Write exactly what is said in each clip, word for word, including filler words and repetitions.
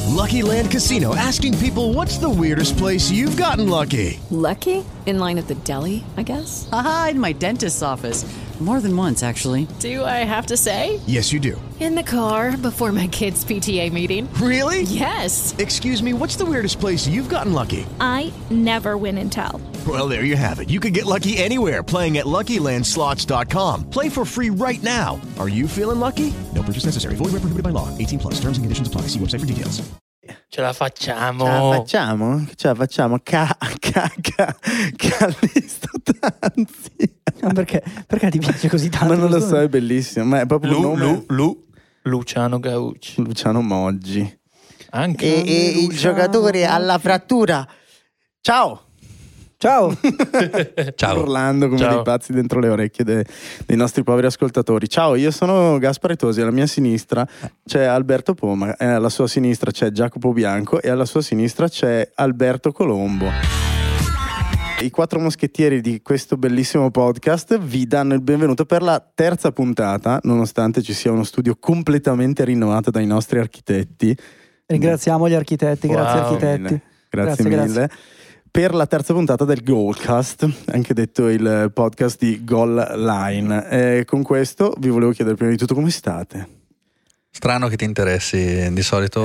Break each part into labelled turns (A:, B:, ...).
A: Lucky Land Casino, asking people, what's the weirdest place you've gotten lucky?
B: Lucky? In line at the deli, I guess?
C: Aha, in my dentist's office. More than once, actually.
B: Do I have to say?
A: Yes, you do.
B: In the car before my kids' P T A meeting.
A: Really?
B: Yes.
A: Excuse me, what's the weirdest place you've gotten lucky?
D: I never win and tell.
A: Well, there you have it. You can get lucky anywhere, playing at Lucky Land Slots dot com. Play for free right now. Are you feeling lucky? No purchase necessary. Void where prohibited by law. eighteen plus. Terms and conditions apply. See website for details.
E: Ce la facciamo.
F: Ce la facciamo? Ce la facciamo? Ca, ca, ca, Callisto Tanzi.
G: Ma perché? Perché ti piace così tanto?
F: Ma non lo so, è bellissimo. Ma è proprio
E: Lu,
F: un nome...
E: Lu, Lu, Luciano Gaucci.
F: Luciano Moggi.
E: Anche
F: E, e il giocatore alla frattura. Ciao!
G: Ciao!
H: Ciao.
F: Urlando come
E: Ciao.
F: dei pazzi dentro le orecchie de- dei nostri poveri ascoltatori. Ciao, io sono Gaspare Tosi, alla mia sinistra c'è Alberto Poma, e alla sua sinistra c'è Jacopo Bianco e alla sua sinistra c'è Alberto Colombo. I quattro moschettieri di questo bellissimo podcast vi danno il benvenuto per la terza puntata, nonostante ci sia uno studio completamente rinnovato dai nostri architetti.
G: Ringraziamo gli architetti,
E: Wow.
G: grazie architetti.
F: Grazie, grazie
G: Grazie,
F: mille.
G: grazie.
F: Per la terza puntata del Goalcast, anche detto il podcast di Goal Line. E con questo vi volevo chiedere prima di tutto come state.
H: Strano che ti interessi, di solito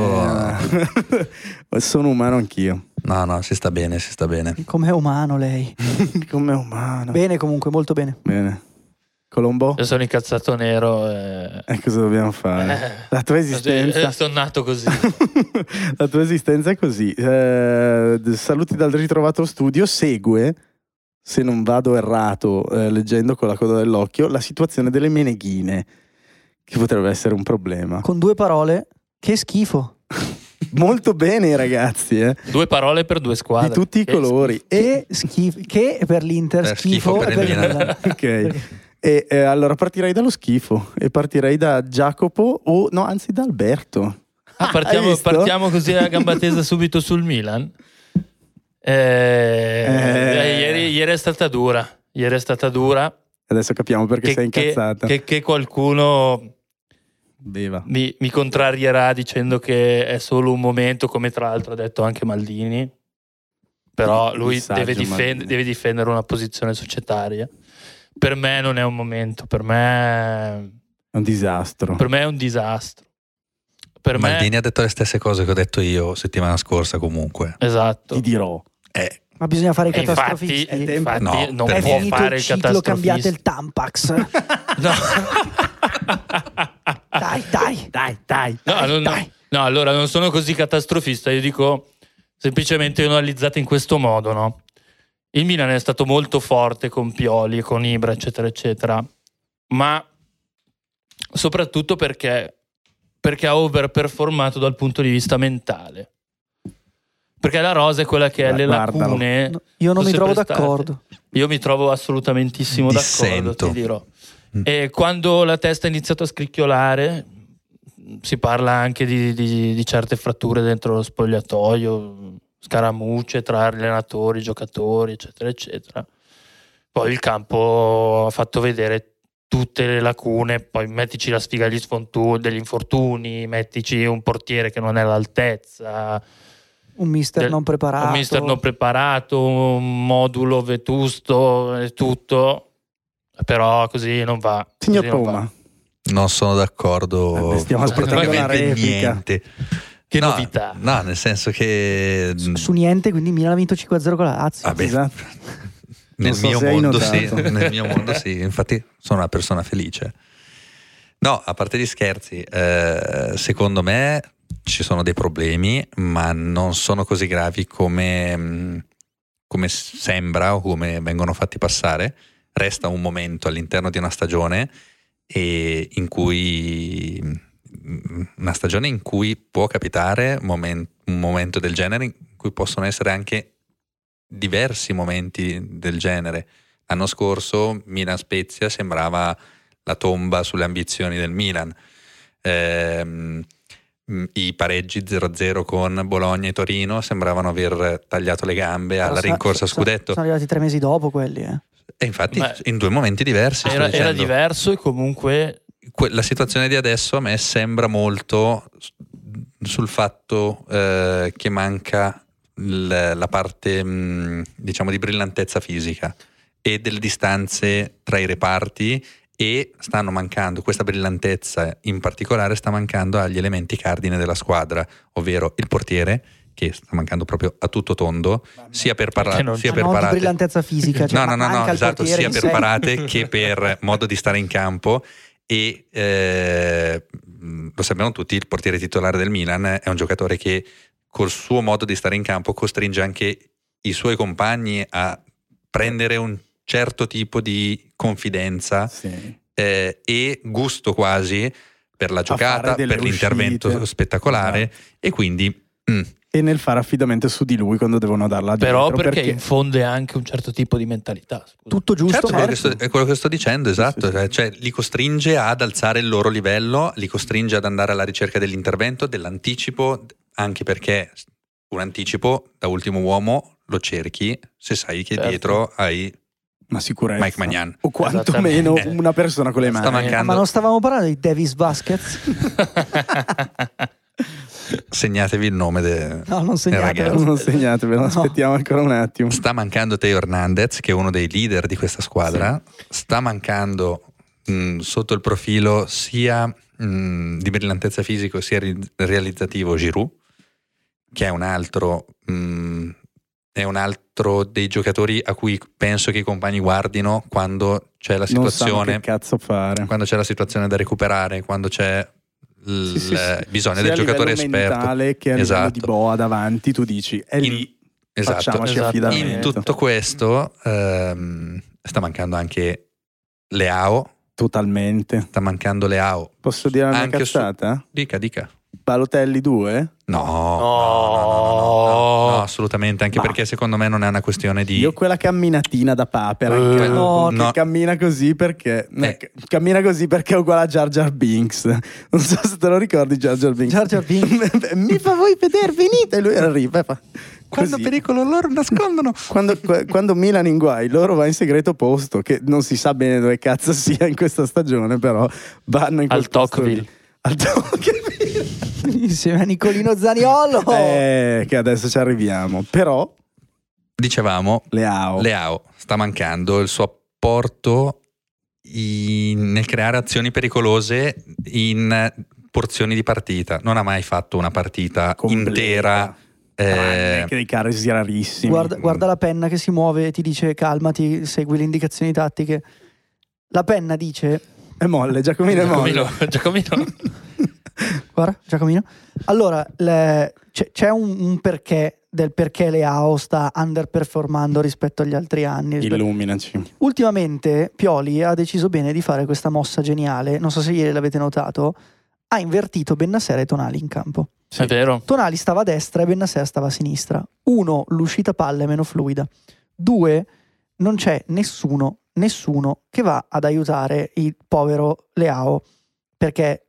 F: Eh, sono umano anch'io.
H: no no si sta bene, si sta bene.
G: Com'è umano lei?
F: Come umano.
G: Bene comunque, molto bene.
F: Bene. Colombo?
E: Io sono incazzato nero. E...
F: E cosa dobbiamo fare?
E: Eh,
F: La tua esistenza.
E: Sono nato così.
F: La tua esistenza è così. Eh, saluti dal ritrovato studio. Segue, se non vado errato, eh, leggendo con la coda dell'occhio, la situazione delle meneghine, che potrebbe essere un problema.
G: Con due parole, che schifo.
F: Molto bene, ragazzi, eh.
E: Due parole per due squadre.
F: Di tutti i
E: Che
F: colori.
G: Che schifo. Che per l'Inter,
H: Eh,
G: schifo,
H: schifo per il
G: per
H: Milan.
G: Milan.
F: Ok. E eh, allora partirei dallo schifo e partirei da Jacopo o no, anzi da Alberto.
E: Ah,
F: Hai
E: partiamo,
F: visto?
E: partiamo così a gamba tesa subito sul Milan. Eh, eh, ieri, ieri è stata dura. Ieri è stata dura.
F: Adesso capiamo perché sei incazzato.
E: Che, che qualcuno
F: Beva.
E: mi, mi contrarierà dicendo che è solo un momento, come tra l'altro ha detto anche Maldini. Però
F: Il
E: lui
F: saggio
E: deve, difend-
F: Maldini.
E: deve difendere una posizione societaria. Per me non è un momento, per me,
F: È un disastro.
E: per me è un disastro. Per
H: Maldini
E: me,
H: ha detto le stesse cose che ho detto io settimana scorsa comunque.
E: esatto.
F: Ti dirò.
H: Eh,
G: Ma bisogna fare i
E: E infatti,
G: catastrofisti.
F: è tempo.
E: infatti
H: No,
E: non
H: per
G: È
E: può
G: finito
E: fare
G: il
E: il
G: ciclo, cambiate
E: catastrofista.
G: il Tampax.
E: No.
G: Dai, dai, dai, dai.
E: No,
G: dai,
E: non-
G: dai.
E: no, allora non sono così catastrofista, io dico semplicemente io l'ho analizzata in questo modo, no? Il Milan è stato molto forte con Pioli, con Ibra, eccetera, eccetera, ma soprattutto perché, perché ha overperformato dal punto di vista mentale. Perché la rosa è quella che ha le
F: Guardalo.
E: lacune.
G: No, io non
E: sono
G: mi trovo
E: sempre state.
G: d'accordo.
E: Io mi trovo assolutamentissimo d'accordo,
H: Dissento.
E: ti dirò. E quando la testa ha iniziato a scricchiolare, si parla anche di, di- di certe fratture dentro lo spogliatoio, scaramucce tra allenatori, giocatori, eccetera, eccetera. Poi il campo ha fatto vedere tutte le lacune, poi mettici la sfiga degli sfontu- degli infortuni, mettici un portiere che non è all'altezza,
G: Un mister
E: del-
G: non preparato.
E: un mister non preparato, un modulo vetusto e tutto, però così non va.
F: Signor
E: così non
F: Poma,
E: va.
H: non sono d'accordo.
F: Vabbè, stiamo
H: su
F: aspettando la
H: praticamente
F: replica.
H: niente.
E: Che
H: No,
E: novità.
H: No, nel senso che
G: Su, su niente, quindi Milan ha vinto cinque a zero con la Lazio.
H: vabbè,
F: esatto.
H: nel
F: Non so
H: mio
F: se hai
H: mondo sì,
F: notato.
H: nel mio mondo sì, infatti sono una persona felice. No, a parte gli scherzi, eh, secondo me ci sono dei problemi, ma non sono così gravi come, mh, come sembra o come vengono fatti passare. Resta un momento all'interno di una stagione e in cui una stagione in cui può capitare momen- un momento del genere, in cui possono essere anche diversi momenti del genere. L'anno scorso Milan-Spezia sembrava la tomba sulle ambizioni del Milan. Ehm, i pareggi zero a zero con Bologna e Torino sembravano aver tagliato le gambe alla
G: Però
H: rincorsa a
G: sono-
H: scudetto.
G: Sono arrivati tre mesi dopo quelli, eh.
H: E infatti
E: Ma-
H: in due momenti diversi. sto
E: Era, era
H: dicendo.
E: diverso e comunque
H: Que- La situazione di adesso a me sembra molto sul fatto eh, che manca l- la parte mh, diciamo di brillantezza fisica e delle distanze tra i reparti, e stanno mancando, questa brillantezza in particolare sta mancando agli elementi cardine della squadra, ovvero il portiere, che sta mancando proprio a tutto tondo, sia per, parla-
E: non
H: sia
E: c'è.
H: per
G: non di
H: parate,
G: brillantezza fisica, cioè
H: no no no,
G: manca
H: no
G: il
H: esatto,
G: portiere
H: sia
G: in
H: per
G: sé.
H: parate che per modo di stare in campo. E eh, lo sappiamo tutti, il portiere titolare del Milan è un giocatore che col suo modo di stare in campo costringe anche i suoi compagni a prendere un certo tipo di confidenza,
F: Sì.
H: eh, e gusto quasi per la giocata,
F: fare delle
H: per l'intervento
F: uscite.
H: spettacolare,
F: Esatto.
H: e quindi mm,
F: E nel fare affidamento su di lui quando devono darla
E: Però
F: dentro,
E: perché, infonde anche un certo tipo di mentalità. Scusa.
G: Tutto giusto,
H: certo, quello che
G: certo.
H: sto, è quello che sto dicendo, esatto,
F: sì, sì.
H: cioè li costringe ad alzare il loro livello, li costringe ad andare alla ricerca dell'intervento, dell'anticipo, anche perché un anticipo da ultimo uomo lo cerchi se sai che
E: Certo.
H: dietro hai
F: ma sicurezza,
H: Mike Maignan.
F: o quantomeno
E: Esattamente.
F: una persona con le
H: Sta
F: mani.
H: mancando.
G: Ma non stavamo parlando di Davis Vasquez?
H: Segnatevi il nome de-
G: No, non
H: del
G: segnatelo.
H: ragazzo.
F: Non segnatevelo,
G: No.
F: aspettiamo ancora un attimo.
H: Sta mancando Teo Hernandez, che è uno dei leader di questa squadra. Sta mancando mh, sotto il profilo sia mh, di brillantezza fisico sia ri- realizzativo Giroud, che è un altro mh, è un altro dei giocatori a cui penso che i compagni guardino quando c'è la
F: Non sanno
H: situazione,
F: che cazzo fare.
H: quando c'è la situazione da recuperare, quando c'è il
F: Sì, sì, sì.
H: bisogno
F: Sia
H: del
F: a
H: giocatore
F: livello
H: esperto.
F: mentale che a livello
H: Esatto.
F: di boa davanti, tu dici è lì,
H: In- esatto.
F: facciamoci
E: Esatto.
F: affidamento.
H: In tutto questo ehm, sta mancando anche Leao,
F: Totalmente.
H: sta mancando Leao.
F: Posso dire una mia
H: Anche su-
F: cazzata?
H: Dica, dica.
F: Balotelli due?
H: No, no, no, no, no, no, assolutamente, anche
F: Ma-
H: perché secondo me non è una questione di...
F: Io quella camminatina da papera
H: Eh,
F: in campo,
H: no,
F: che
H: no.
F: cammina così perché
H: Eh.
F: eh, cammina così perché è uguale a Jar Jar Binks. Non so se te lo ricordi Jar Jar Binks.
G: Jar Jar Binks.
F: Mi fa voi vedere, venite, e lui arriva e fa
H: Quando
F: così.
H: pericolo loro nascondono.
F: Quando, qu- quando Milan in guai, loro va in segreto posto, che non si sa bene dove cazzo sia in questa stagione, però vanno in quel
E: Al
F: posto
E: Tocqueville.
F: lì. Al Tocqueville.
G: Insieme a Nicolino Zaniolo.
F: Eh, che adesso ci arriviamo. Però
H: Dicevamo,
F: Leao.
H: Leao sta mancando il suo apporto in- nel creare azioni pericolose in porzioni di partita. Non ha mai fatto una partita
F: Completa.
H: intera.
F: Tranne
H: eh,
F: che dei casi rarissimi.
G: Guarda, guarda la penna che si muove e ti dice calmati, segui le indicazioni tattiche. La penna dice,
F: È molle, Giacomino è molle.
E: Giacomino, Giacomino.
G: guarda Giacomino, allora le- c'è, c'è un, un perché del perché Leao sta underperformando rispetto agli altri anni. rispetto-
F: Illuminaci.
G: Ultimamente Pioli ha deciso bene di fare questa mossa geniale, non so se ieri l'avete notato, ha invertito Bennacer e Tonali in campo.
E: È vero.
G: Tonali stava a destra e Bennacer stava a sinistra. Uno, l'uscita palla è meno fluida. Due, non c'è nessuno, nessuno che va ad aiutare il povero Leao, perché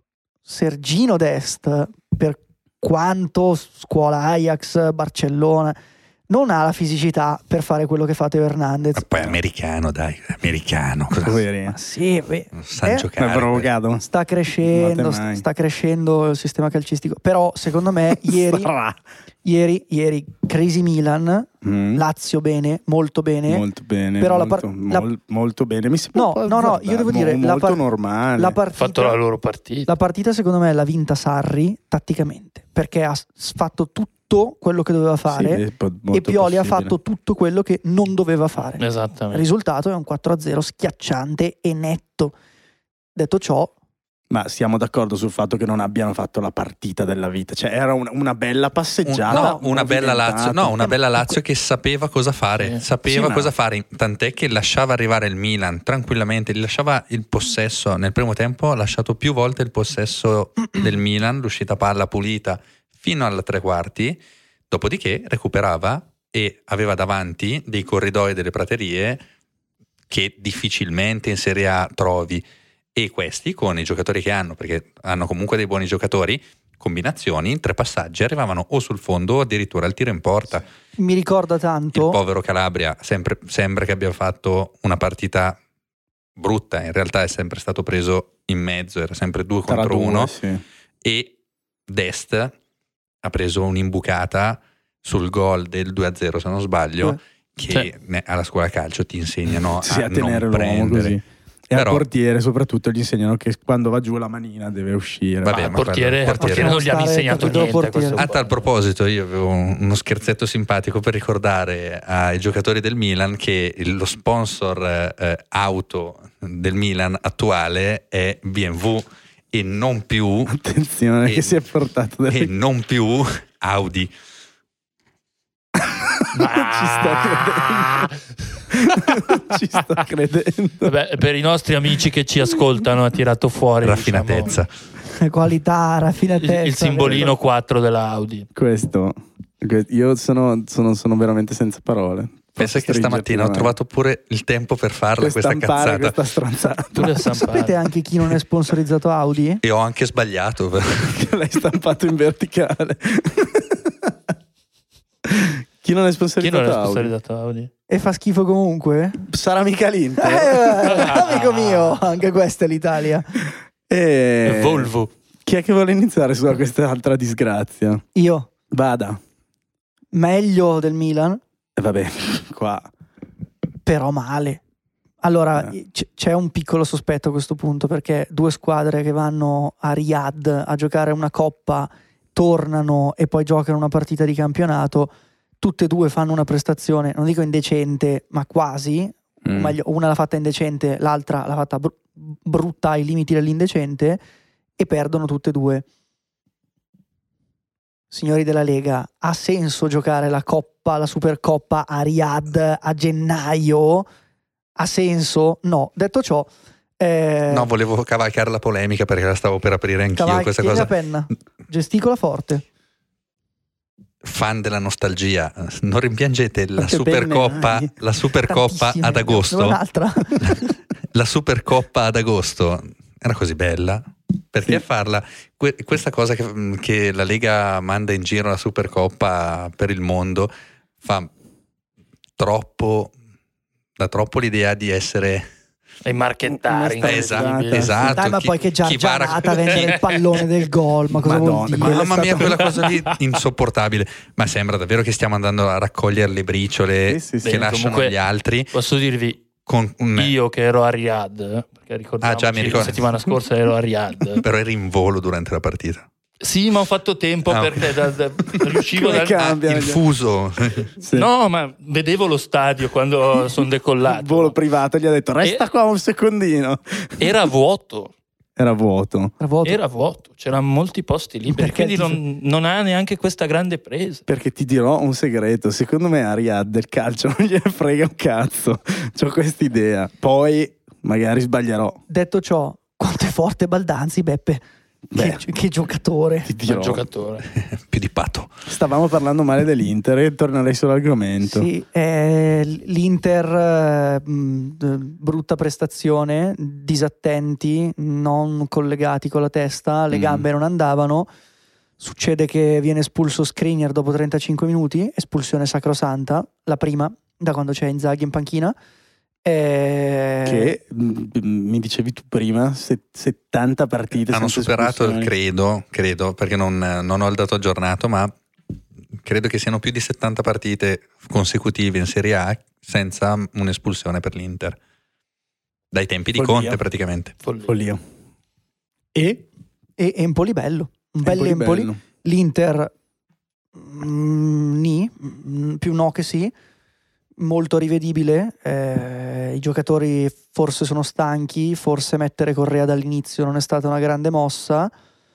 G: Sergino Dest, per quanto scuola Ajax, Barcellona, non ha la fisicità per fare quello che fa Teo Hernandez.
H: ma poi è americano, dai, è americano. Cosa
F: Poverino.
G: Ma sì, beh,
H: non sa
G: eh,
H: giocare.
F: Mi ha provocato.
G: sta crescendo,
F: Fate
G: sta,
F: mai.
G: sta crescendo il sistema calcistico. Però secondo me ieri,
F: Sarà.
G: ieri, ieri crisi Milan,
F: Mm.
G: Lazio bene, molto bene.
F: Molto bene.
G: Però la
F: molto,
G: par- la-
F: mol- molto bene. Mi sembra
G: No,
F: un po'
G: no, no,
F: azzardato,
G: io devo dire,
F: mo-
G: la
F: molto
G: par-
F: normale.
G: La
E: Ha fatto
G: partita,
E: la loro partita.
G: la partita secondo me l'ha vinta Sarri tatticamente, perché ha s- fatto tutto quello che doveva fare
F: Sì, è po-
G: e
F: molto
G: Pioli ha
F: possibile.
G: fatto tutto quello che non doveva fare. Il
E: Esattamente.
G: risultato è un quattro a zero schiacciante e netto. Detto ciò,
F: Ma siamo d'accordo sul fatto che non abbiano fatto la partita della vita. Cioè, era una, una bella passeggiata.
H: Un- no, una bella Lazio, no, una
G: Eh,
H: bella
G: ma-
H: Lazio che sapeva cosa fare,
E: Sì.
H: sapeva
F: Sì, ma-
H: cosa fare, tant'è che lasciava arrivare il Milan tranquillamente, gli lasciava il possesso. Nel primo tempo ha lasciato più volte il possesso del Milan, l'uscita palla pulita fino alla tre quarti, dopodiché recuperava e aveva davanti dei corridoi, delle praterie che difficilmente in Serie A trovi, e questi con i giocatori che hanno, perché hanno comunque dei buoni giocatori, combinazioni, tre passaggi arrivavano o sul fondo o addirittura al tiro in porta.
G: mi ricorda
H: Il
G: tanto
H: povero Calabria sempre, sembra che abbia fatto una partita brutta, in realtà è sempre stato preso in mezzo, era sempre due
F: Tra
H: contro
F: due,
H: uno,
F: sì.
H: e Dest ha preso un'imbucata sul gol del due a zero, se non sbaglio,
G: eh.
H: che
E: sì.
H: alla scuola calcio ti insegnano
F: sì,
H: a,
F: a tenere
H: non
F: l'uomo
H: prendere.
F: così. E
H: Però,
F: al portiere soprattutto gli insegnano che quando va giù la manina deve uscire.
H: Vabbè,
E: Ma
H: ma
E: il portiere,
H: quello-
E: il portiere non gli hanno
G: Stare
E: insegnato
G: capitolo
E: niente a
G: portiere.
E: questo
H: a tal
E: punto.
H: proposito, io avevo uno scherzetto simpatico per ricordare ai giocatori del Milan che lo sponsor eh, auto del Milan attuale è B M W e non più
F: Attenzione
H: e,
F: che si è portato delle...
H: e non più Audi.
F: ci sta credendo. Ci sto credendo.
E: Vabbè, per i nostri amici che ci ascoltano ha tirato fuori
H: Raffinatezza.
E: diciamo,
G: Qualità, raffinatezza.
E: il, il simbolino quattro dell'Audi.
F: Questo, io sono, sono, sono veramente senza parole.
H: Pensa che stamattina ho trovato pure il tempo per farla
F: per
H: questa
F: stampare
H: cazzata
F: questa stronzata.
E: Tu le stampare.
G: Sapete anche chi non è sponsorizzato Audi?
H: e ho anche sbagliato.
F: Che l'hai stampato in verticale. Chi non è
E: Chi
F: sponsorizzato
E: non è
F: Audi?
E: sponsorizzato Audi?
G: E fa schifo comunque?
F: Sarà mica l'Inter.
G: Eh, amico mio, anche questa è l'Italia.
F: E...
E: Volvo.
F: Chi è che vuole iniziare su questa altra disgrazia?
G: Io,
F: Vada.
G: meglio del Milan,
F: E vabbè, qua.
G: però male. Allora,
F: Eh.
G: c- c'è un piccolo sospetto a questo punto, perché due squadre che vanno a Riyadh a giocare una coppa, tornano e poi giocano una partita di campionato, tutte e due fanno una prestazione, non dico indecente, ma quasi, o
F: Mm.
G: meglio, una l'ha fatta indecente, l'altra l'ha fatta br- brutta ai limiti dell'indecente, e perdono tutte e due. Signori della Lega, ha senso giocare la Coppa, la Supercoppa a Riyadh a gennaio? Ha senso? No. Detto ciò, eh,
H: No, volevo cavalcare la polemica perché la stavo per aprire anch'io
G: cavalli-
H: questa
G: tieni
H: cosa.
G: la penna, gesticola forte.
H: Fan della nostalgia, non rimpiangete la
F: Quante
H: Supercoppa,
F: penne hai?
H: la Supercoppa
G: Tantissime.
H: ad agosto?
G: Un'altra.
H: La Supercoppa ad agosto era così bella? Perché
F: Sì.
H: farla? Que- questa cosa che, che la Lega manda in giro la Supercoppa per il mondo fa troppo, dà troppo l'idea di essere
E: E marchettare.
F: Una
H: esatto,
E: incredibile.
H: esatto.
G: Dai, ma
H: chi-
G: poi che
H: chi va a rac-
G: giargianata vendere il pallone del gol, ma cosa
F: Madonna,
G: vuol dire?
F: quello è
H: Mamma mia,
F: stato-
H: quella cosa lì insopportabile. Ma sembra davvero che stiamo andando a raccogliere le briciole
F: Sì, sì, sì.
H: che
E: Beh,
H: lasciano
E: comunque-
H: gli altri
E: Posso dirvi,
H: con un...
E: io che ero a Riyadh, perché ricordiamo
H: Ah, già, mi ricordo.
E: la settimana scorsa ero a Riyadh.
H: però eri in volo durante la partita.
E: Sì, ma ho fatto tempo
H: Ah,
E: perché da- da- riuscivo
F: Come
E: da...
F: cambia?
H: Ah,
F: Cambia,
H: il fuso.
F: Sì.
E: No, ma vedevo lo stadio quando sono decollato.
F: Volo privato gli ha detto resta
E: E-
F: qua un secondino.
E: Era vuoto,
F: Era vuoto.
G: Era vuoto.
E: era vuoto, c'erano molti posti liberi,
G: Perché
E: quindi
G: ti-
E: non, non ha neanche questa grande presa.
F: Perché ti dirò un segreto, secondo me a Riyadh del calcio non gliene frega un cazzo. C'ho quest'idea. Poi magari sbaglierò.
G: Detto ciò, quanto è forte Baldanzi, Beppe.
F: Beh.
G: Che, che giocatore.
F: Ti
E: Un
F: dirò.
E: giocatore.
H: Più di pato.
F: Stavamo parlando male dell'Inter e tornerei sull'argomento.
G: Sì, eh, l'Inter, eh, mh, d- brutta prestazione, disattenti, non collegati con la testa, le
F: Mm.
G: gambe non andavano. Succede che viene espulso Skriniar dopo trentacinque minuti, espulsione sacrosanta, la prima da quando c'è Inzaghi in panchina. Eh,
F: Che mh, mi dicevi tu prima, se- settanta partite
H: Hanno
F: senza
H: superato,
F: espulsioni.
H: credo, credo, perché non, non ho il dato aggiornato, ma credo che siano più di settanta partite consecutive in Serie A senza un'espulsione per l'Inter. Dai tempi di
F: Follia.
H: Conte praticamente.
E: Follia.
F: Follia. E
G: e Empoli bello, un bel
F: Empoli
G: Empoli.
F: bello.
G: L'Inter mm, ni, mm, più no che sì, molto rivedibile, eh, i giocatori forse sono stanchi, forse mettere Correa dall'inizio non è stata una grande mossa,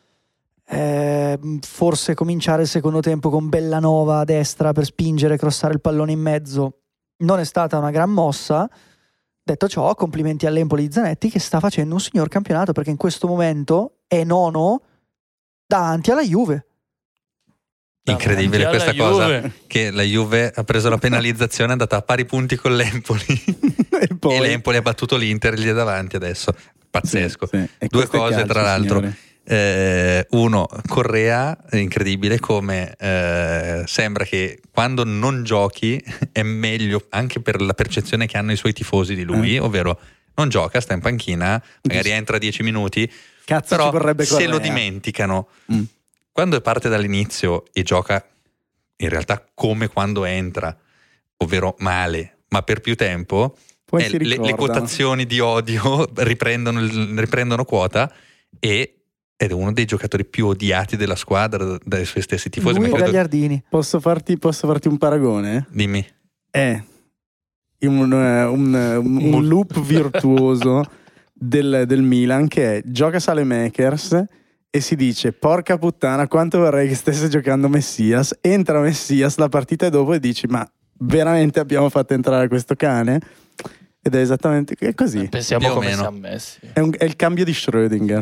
G: eh, forse cominciare il secondo tempo con Bellanova a destra per spingere, crossare il pallone in mezzo non è stata una gran mossa. Detto ciò, complimenti all'Empoli di Zanetti che sta facendo un signor campionato, perché in questo momento è nono davanti alla Juve.
H: Incredibile
E: Davanti
H: questa
E: alla
H: cosa,
E: Juve.
H: che la Juve ha preso la penalizzazione, è andata a pari punti con l'Empoli
F: e poi
H: e l'Empoli ha battuto l'Inter, gli è davanti adesso. Pazzesco.
F: Sì, sì. E
H: Due
F: questo è
H: cose,
F: calcio,
H: tra l'altro.
F: signore.
H: Eh, uno, Correa, è incredibile come eh, sembra che quando non giochi è meglio anche per la percezione che hanno i suoi tifosi di lui,
F: Eh.
H: ovvero non gioca, sta in panchina, magari entra dieci minuti,
F: Cazzo,
H: però
F: ci vorrebbe
H: se
F: Correa.
H: lo dimenticano.
F: Mm.
H: quando parte dall'inizio e gioca in realtà come quando entra, ovvero male, ma per più tempo,
F: Poi
H: eh,
F: si
H: le, le
F: ricordano.
H: quotazioni di odio riprendono, il- riprendono quota e ed è uno dei giocatori più odiati della squadra dai suoi stessi tifosi.
G: Lui
H: Ma
G: e
H: credo-
G: Gagliardini.
F: Posso farti, posso farti un paragone?
H: Dimmi.
F: È un, eh, un, un- un loop virtuoso del, del Milan che è gioca Saelemaekers e si dice porca puttana quanto vorrei che stesse giocando Messias. Entra Messias, la partita è dopo e dici ma veramente abbiamo fatto entrare questo cane? Ed è esattamente è così.
E: Pensiamo
H: Più o
E: come
H: meno.
E: siamo messi.
F: È, un- è il cambio di Schrödinger.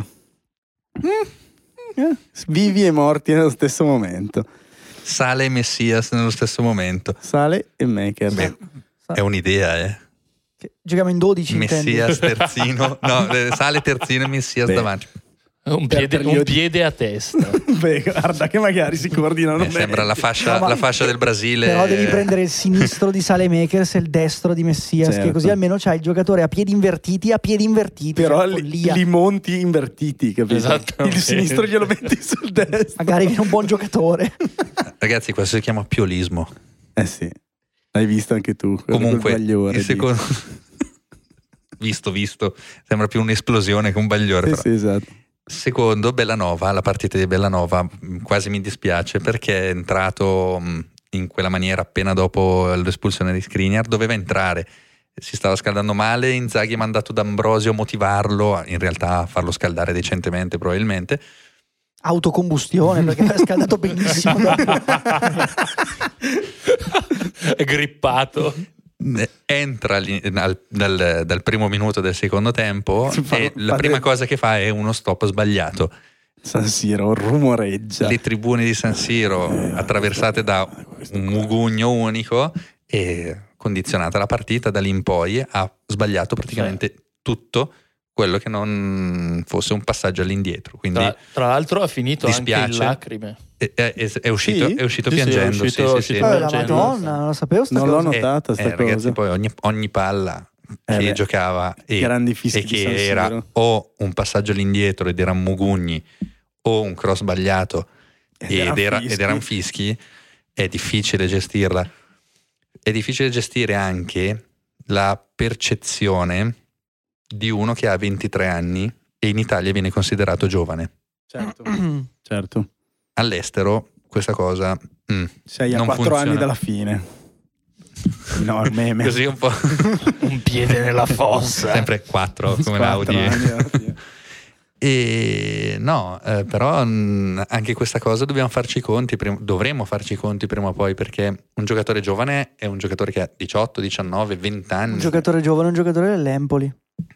F: Eh, Vivi e morti nello stesso momento.
H: Sale e Messias nello stesso momento.
F: Sale e Makers.
H: Beh, è un'idea, eh.
G: Che giochiamo in dodici, intendi?
H: Messias terzino, no, eh, Sale terzino e Messias
F: Beh.
H: davanti.
E: Un
F: Per
E: piede, un
F: periodi-
E: piede a testa.
F: Beh, guarda che magari si coordinano
H: Eh,
F: bene.
H: sembra la fascia,
G: No, ma-
H: la fascia del Brasile.
G: Però devi prendere il sinistro di Saelemaekers e il destro di Messias,
F: Certo.
G: che così almeno c'hai il giocatore a piedi invertiti, a piedi invertiti.
F: Però
G: cioè,
F: li,
G: follia.
F: li monti invertiti, capito?
E: Esattamente.
F: Il sinistro glielo metti sul destro.
G: Magari viene un buon giocatore.
H: Ragazzi, questo si chiama piolismo.
F: Eh sì, l'hai visto anche tu. quello
H: Comunque,
F: col bagliore
H: il
F: di-
H: secondo... visto, visto. Sembra più un'esplosione che un bagliore.
F: Sì,
H: però.
F: sì, esatto.
H: Secondo, Bellanova, la partita di Bellanova mh, quasi mi dispiace perché è entrato mh, in quella maniera appena dopo l'espulsione di Skriniar, doveva entrare, si stava scaldando male, Inzaghi ha mandato D'Ambrosio a motivarlo, in realtà a farlo scaldare decentemente probabilmente.
G: Autocombustione, perché è scaldato benissimo.
E: È grippato.
H: Eh, Entra lì, al- dal, dal primo minuto del secondo tempo
F: Si fa-
H: e la
F: fate-
H: prima cosa che fa è uno stop sbagliato.
F: San Siro rumoreggia.
H: Le tribune di San Siro attraversate da un mugugno unico e condizionata la partita da lì in poi ha sbagliato praticamente tutto quello che non fosse un passaggio all'indietro, quindi
E: Tra, tra l'altro ha finito anche
H: dispiace.
E: in lacrime.
H: è, è- è uscito,
F: Sì?
H: è uscito
E: Sì, sì, è
H: piangendo
E: uscito-
H: sì,
E: è
H: sì, sì.
E: uscito
G: Eh, la
E: piangendo.
G: Madonna, non la sapevo sta
F: Non l'ho
G: cosa.
F: notata
H: Eh,
F: sta
H: eh,
F: cosa.
H: ragazzi, poi ogni, ogni palla
F: Eh
H: che
F: beh,
H: giocava e,
F: grandi fischi
H: e
F: di
H: che
F: San
H: era
F: Siro.
H: o un passaggio all'indietro ed erano mugugni o un cross sbagliato
F: Ed
H: ed,
F: eran
H: era,
F: fischi.
H: ed erano fischi, è difficile gestirla. È difficile gestire anche la percezione di uno che ha ventitré anni e in Italia viene considerato giovane.
F: Certo, certo.
H: All'estero questa cosa mm,
F: Sei a
H: non
F: quattro
H: funziona.
F: anni dalla fine. No, il meme.
H: Così un po'
E: Un piede nella fossa.
H: sempre quattro come
F: Quattro
H: l'Audi.
F: anni alla fine.
H: E no, eh, però mh, anche questa cosa dobbiamo farci i conti, prim- dovremmo farci i conti prima o poi, perché un giocatore giovane è un giocatore che ha diciotto, diciannove, venti anni.
G: Un giocatore giovane, un giocatore dell'Empoli.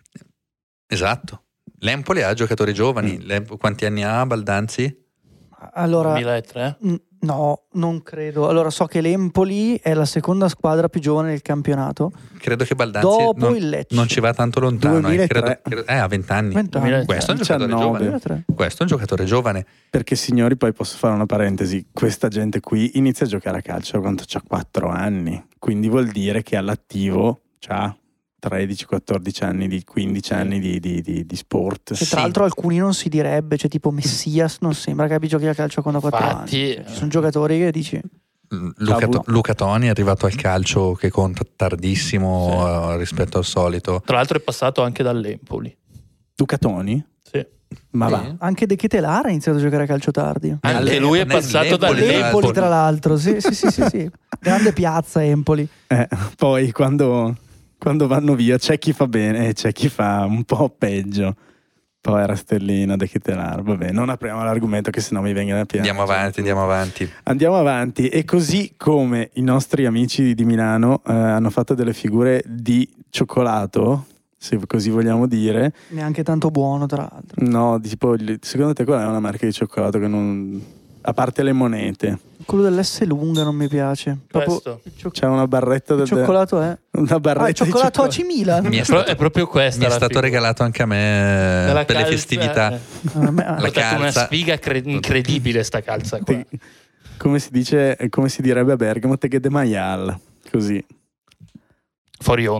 H: Esatto. L'Empoli ha giocatori giovani. L'Emp- quanti anni ha Baldanzi?
G: Allora,
E: duemilatré.
G: mm, no, non credo. Allora, so che l'Empoli è la seconda squadra più giovane del campionato.
H: Credo che Baldanzi
G: Dopo
H: non,
G: il Lecce.
H: non ci va tanto lontano. Eh,
F: duemilatré.
H: credo, credo- eh, ha venti anni.
G: venti anni.
H: Questo è un giocatore
F: diciannove.
H: giovane.
G: duemilatré.
H: Questo è un giocatore giovane.
F: Perché signori, poi posso fare una parentesi, questa gente qui inizia a giocare a calcio quando ha quattro anni, quindi vuol dire che all'attivo ha tredici quattordici anni, di quindici anni di, di, di, di sport.
G: Che
H: Sì.
G: tra l'altro alcuni non si direbbe, cioè tipo Messias non sembra che abbia giochi a calcio quando ha quattro
E: Infatti,
G: anni. Cioè, ci sono giocatori che dici
H: Luca,
F: Cavolo.
H: Luca Toni è arrivato al calcio che conta tardissimo eh, rispetto al solito.
E: Tra l'altro è passato anche dall'Empoli.
F: Ducatoni?
E: Sì.
F: Ma
H: Sì.
F: va.
G: anche De Ketelare ha iniziato a giocare a calcio tardi.
E: Anche lui è
H: Nel-
E: passato
H: nell'Empoli,
E: dall'Empoli.
G: Empoli tra l'altro, sì, sì, sì, sì, sì. Grande piazza Empoli.
F: Eh, poi quando, quando vanno via c'è chi fa bene e c'è chi fa un po' peggio. Poi Rastellino, De Ketelare. Vabbè, non apriamo l'argomento che sennò mi venga da piangere.
H: Andiamo avanti, andiamo avanti.
F: Andiamo avanti, e così come i nostri amici di Milano eh, hanno fatto delle figure di cioccolato, se così vogliamo dire,
G: Neanche tanto buono, tra l'altro.
F: no, tipo, secondo te qual è una marca di cioccolato che non... a parte le monete,
G: Quello dell'S lunga non mi piace. Proprio
E: Questo.
G: il cio-
F: c'è una barretta
G: il
F: del...
G: cioccolato è
F: una barretta
G: ah, il
F: di
G: cioccolato
F: cioccolato.
G: A C Milan.
H: Mi è
E: È, pro-
H: stato,
E: è proprio questa
H: mi è
E: la
H: stato
E: figura.
H: regalato anche a me
E: Dalla
H: per le
E: calza,
H: festività.
E: eh.
G: A me-
E: Ha
H: La
E: portato una
H: calza.
E: sfiga cre- incredibile sta calza qua.
F: Come si dice, come si direbbe a Bergamo, Teghe de Maial, così.
E: Fuori onda.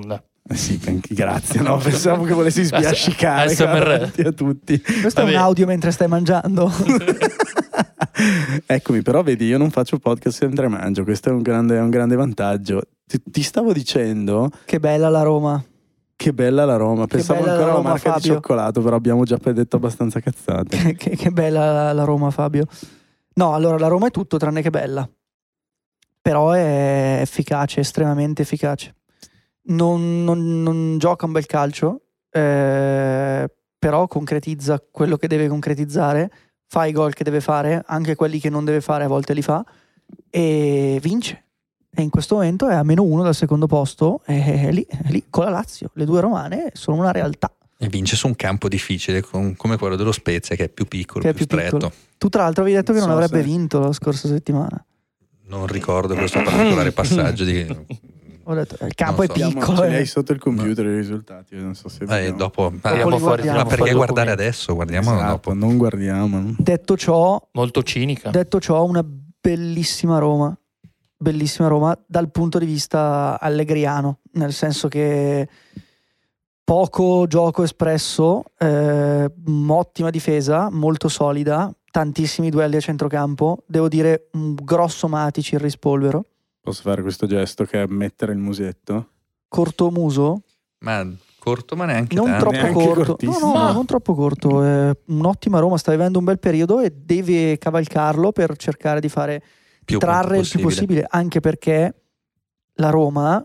F: Eh sì, anche, grazie, no? Pensavo che volessi sbiascicare
E: A S M R.
F: davanti a tutti.
G: Questo
E: Vabbè.
G: è un audio mentre stai mangiando.
F: Eccomi, però vedi, io non faccio podcast mentre mangio, questo è un grande, è un grande vantaggio. Ti, ti stavo dicendo
G: Che bella la Roma.
F: che bella la Roma, pensavo
G: bella la
F: ancora alla
G: Roma,
F: marca di
G: Fabio.
F: cioccolato, però abbiamo già detto abbastanza cazzate.
G: Che, che- che bella la, la Roma, Fabio. No, allora la Roma è tutto tranne che bella. Però è efficace, estremamente efficace. Non, non- non gioca un bel calcio, eh, però concretizza quello che deve concretizzare, fa i gol che deve fare, anche quelli che non deve fare a volte li fa, e vince. E in questo momento è a meno uno dal secondo posto, e è lì, è lì con la Lazio. Le due romane sono una realtà.
H: E vince su un campo difficile con- come quello dello Spezia, che è più piccolo,
G: Che è
H: più,
G: più
H: stretto.
G: piccolo. Tu tra l'altro avevi detto che non
F: Non so
G: avrebbe
F: se-
G: vinto la scorsa settimana.
H: Non ricordo questo particolare passaggio di...
G: Ho detto, il campo
H: Non
G: è
H: so.
F: Abbiamo-
G: piccolo.
F: ce
G: eh.
F: li hai sotto il computer i risultati, io non so se
H: Eh,
F: vediamo.
H: dopo,
G: Dopo
H: ah,
G: li
E: fuori,
G: guardiamo.
H: ma
E: tiriamo
H: perché
E: fuori
H: guardare
E: documenti.
H: adesso? Guardiamolo
F: Esatto,
H: dopo.
F: non guardiamo.
G: Detto ciò,
E: Molto cinica.
G: detto ciò, una bellissima Roma. Bellissima Roma dal punto di vista allegriano, nel senso che poco gioco espresso, eh, ottima difesa, molto solida, tantissimi duelli a centrocampo. Devo dire un grosso Matic il rispolvero.
F: Posso fare questo gesto che è mettere il musetto?
G: Corto muso,
H: Ma corto, ma neanche
G: non
H: tanto.
G: troppo
F: Neanche
G: corto. No,
F: cortissimo.
G: no, no,
E: Ma-
G: non troppo corto. È un'ottima Roma, sta vivendo un bel periodo e deve cavalcarlo per cercare di fare
H: Più
G: trarre
H: quanto
G: il più possibile, anche perché la Roma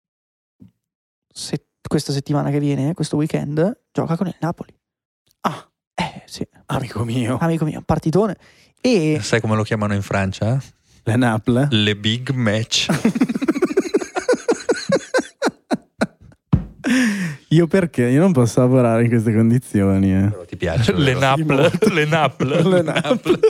G: se- questa settimana che viene, questo weekend, gioca con il Napoli.
F: Ah,
G: Eh sì,
F: amico mio.
G: amico mio, partitone. E
H: Sai come lo chiamano in Francia?
F: Le Naples.
H: Le big match.
F: Io perché? Io non posso lavorare in queste condizioni. Eh.
H: Però ti piace?
E: Le
H: vero?
E: Naples. Le Naples.
F: Le Naples.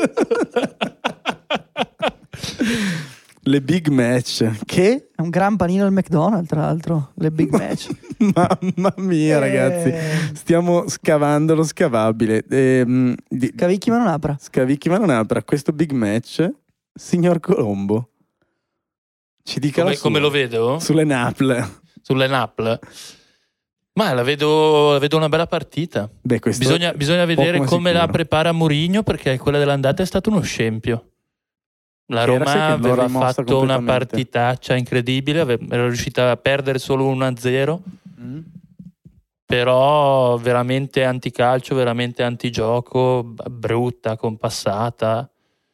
F: Le big match. Che?
G: è un gran panino al McDonald's, tra l'altro, le big match.
F: Mamma mia,
G: Eh.
F: ragazzi. Stiamo scavando lo scavabile. Ehm, di-
G: Cavicchi ma non apra.
F: Scavicchi ma non apra. Questo big match, signor Colombo. Ci dica
E: Come,
F: la sua.
E: come lo vedo?
F: Sulle Naples.
E: Sulle Naples. Ma la vedo, la vedo una bella partita.
F: Beh, questo
E: Bisogna, bisogna vedere
F: poco ma
E: come la
F: sicuro.
E: prepara Mourinho, perché quella dell'andata è stato uno scempio. La
F: Che era, sai
E: Roma
F: che l'ho
E: aveva
F: rimossa
E: fatto una
F: completamente.
E: partitaccia incredibile, ave- era riuscita a perdere solo uno a zero,
F: Mm.
E: però veramente anticalcio, veramente antigioco, b- brutta, compassata.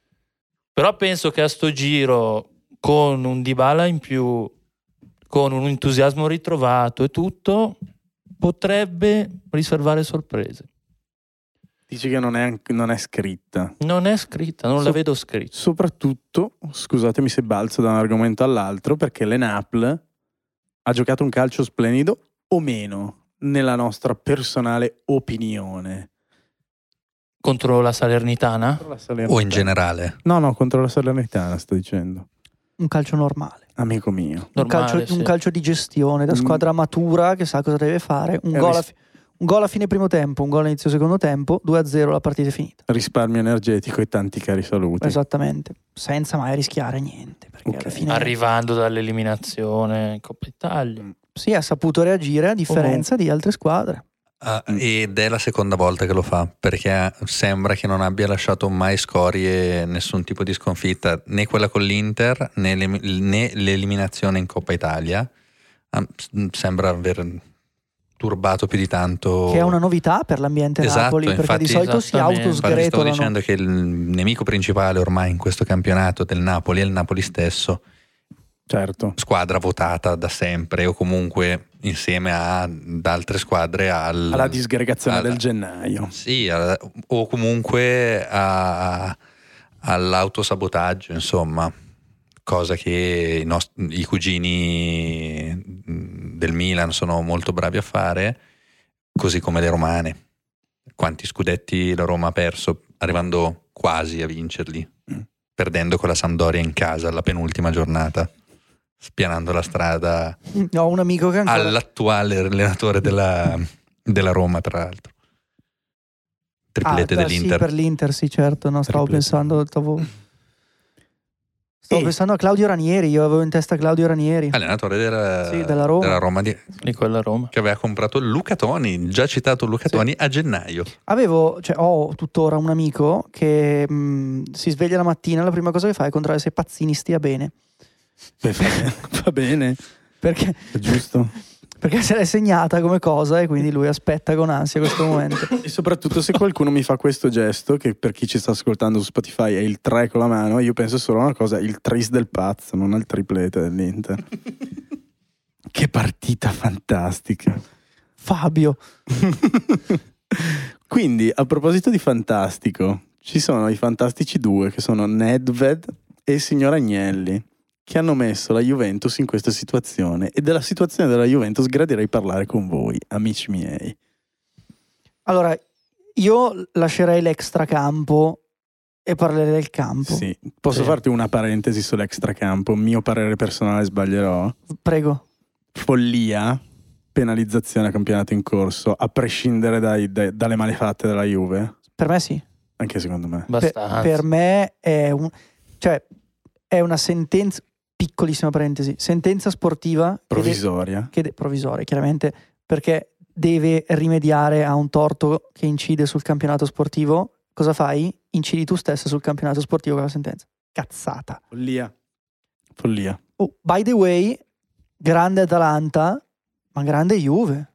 E: Però penso che a sto giro, con un Dybala in più, con un entusiasmo ritrovato e tutto, potrebbe riservare sorprese.
F: Dici che non è, non è scritta.
E: Non è scritta, non
F: So-
E: la vedo scritta.
F: Soprattutto, scusatemi se balzo da un argomento all'altro, perché le Naples ha giocato un calcio splendido o meno, nella nostra personale opinione.
E: Contro la Salernitana?
F: Contro la Salernitana.
H: O in generale?
F: No, no, contro la Salernitana sto dicendo.
G: Un calcio normale.
F: Amico mio.
G: Un
E: Normale,
G: calcio,
E: sì.
G: un calcio di gestione, da
F: Mm.
G: squadra matura che sa cosa deve fare. Un
F: Eh,
G: gol, a
F: ris-
G: fi- un gol a fine primo tempo, un gol a inizio secondo tempo, due a zero la partita è finita.
F: Risparmio energetico e tanti cari saluti.
G: Esattamente, senza mai rischiare niente. Perché
F: Ok.
G: alla fine
E: Arrivando dall'eliminazione in Coppa Italia.
G: sì, ha saputo reagire a differenza di altre squadre.
H: Ah, ed è la seconda volta che lo fa, perché sembra che non abbia lasciato mai scorie, nessun tipo di sconfitta, né quella con l'Inter né, l'em- né l'eliminazione in Coppa Italia. Ah, s- sembra aver turbato più di tanto.
G: Che è una novità per l'ambiente
H: Esatto,
G: Napoli, perché
H: infatti-
G: di solito si
E: Esattamente.
H: Infatti stavo
G: autosgretolano.
H: dicendo che il nemico principale ormai in questo campionato del Napoli è il Napoli stesso,
F: Certo.
H: squadra votata da sempre o comunque insieme a, ad altre squadre al,
F: Alla disgregazione
H: alla-
F: del gennaio.
H: Sì, a- o comunque a- all'autosabotaggio, insomma, cosa che i, nost- i cugini mh, del Milan sono molto bravi a fare, così come le romane. Quanti scudetti la Roma ha perso, arrivando quasi a vincerli,
F: Mm.
H: perdendo con la Sampdoria in casa alla penultima giornata, spianando la strada
G: Ho un amico che ancora
H: all'attuale allenatore della, della Roma, tra l'altro. Triplete
G: Ah, beh,
H: dell'Inter.
G: Sì, per l'Inter, sì, certo. No, stavo
F: Triplete.
G: pensando, stavo... Stavo
F: E-
G: pensando a Claudio Ranieri, io avevo in testa Claudio Ranieri.
H: allenatore della,
G: Sì, della Roma.
H: della Roma di-
E: Di quella Roma.
H: che aveva comprato Luca Toni, già citato Luca
G: Sì.
H: Toni, a gennaio.
G: Avevo, cioè ho tuttora un amico che mh, si sveglia la mattina, la prima cosa che fa è controllare se Pazzini stia bene.
F: Beh, fa, va bene,
G: Perché,
F: è giusto.
G: perché se l'è segnata come cosa e quindi lui aspetta con ansia questo momento.
F: E soprattutto se qualcuno mi fa questo gesto, che per chi ci sta ascoltando su Spotify è il tre con la mano, io penso solo a una cosa, il tris del pazzo, non al triplete dell'Inter. Che partita fantastica.
G: Fabio.
F: Quindi, a proposito di fantastico, ci sono i fantastici due, che sono Nedved e il signor Agnelli, che hanno messo la Juventus in questa situazione. E della situazione della Juventus gradirei parlare con voi, amici miei.
G: Allora, io lascerei l'extracampo e parlerei del campo.
F: Sì. Posso
E: Sì.
F: farti una parentesi sull'extracampo? Mio parere personale, sbaglierò.
G: Prego.
F: Follia, penalizzazione a campionato in corso, a prescindere dai- dai- dalle malefatte della Juve?
G: Per me sì.
F: Anche secondo me.
G: Per,
E: Abbastanza.
G: per me è un, cioè, è una sentenza, piccolissima parentesi, sentenza sportiva che de-
F: Provvisoria.
G: che de- provvisoria, chiaramente, perché deve rimediare a un torto che incide sul campionato sportivo. Cosa fai? Incidi tu stesso sul campionato sportivo con la sentenza. Cazzata.
F: Follia. Follia.
G: Oh, by the way, grande Atalanta, ma grande Juve.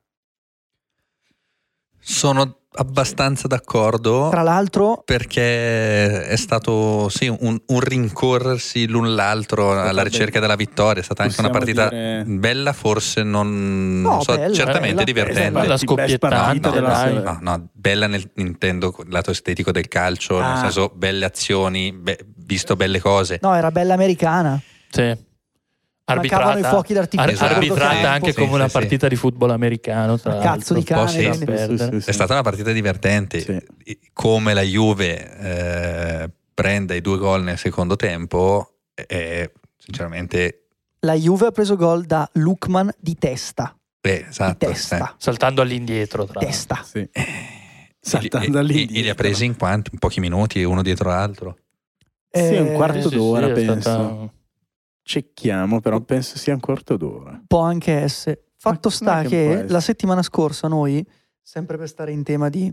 H: Sono abbastanza d'accordo.
G: Tra l'altro,
H: Perché è stato sì, un, un rincorrersi l'un l'altro alla
F: stata
H: ricerca
F: be-
H: della vittoria. È stata anche una
F: possiamo
H: partita
F: dire-
H: bella, forse non,
G: No,
H: non so,
G: bella,
H: certamente
G: bella.
H: divertente.
E: Bella
F: Best partita
E: scoppiettante,
F: della
E: dai.
F: sera.
H: No, no, bella nel intendo il lato estetico del calcio,
F: Ah.
H: nel senso belle azioni, be- visto belle cose.
G: no, era bella americana.
E: Sì.
G: Mancavano i
E: Arbitrata,
G: fuochi d'artificio.
E: ar-
H: Esatto.
E: arbitrata
G: Tempo.
E: anche
H: Sì,
E: come una
H: sì, sì.
E: partita di football americano. Tra
G: Ma cazzo di
E: l'altro.
G: cane.
H: sì,
E: Da
G: quindi-
E: perdere.
F: Sì, sì,
H: È
F: sì.
H: stata una partita divertente.
F: Sì.
H: Come la Juve eh, prenda i due gol nel secondo tempo, è sinceramente
G: La Juve ha preso gol da Lukman di testa.
H: beh, esatto,
G: di testa.
H: sì.
E: Saltando all'indietro. Tra l'altro.
G: Testa.
F: Sì.
H: E,
F: Saltando
H: e-
F: all'indietro.
H: e li ha presi in quanti? In pochi minuti, uno dietro l'altro.
F: Sì, un
G: Eh,
F: quarto
E: Sì, sì,
F: d'ora,
E: sì, è
F: penso.
E: stata-
F: Cecchiamo, però penso sia un quarto d'ora.
G: Può anche essere. Fatto
F: Ma
G: sta
F: non è che può
G: che
F: essere.
G: la settimana scorsa noi, sempre per stare in tema di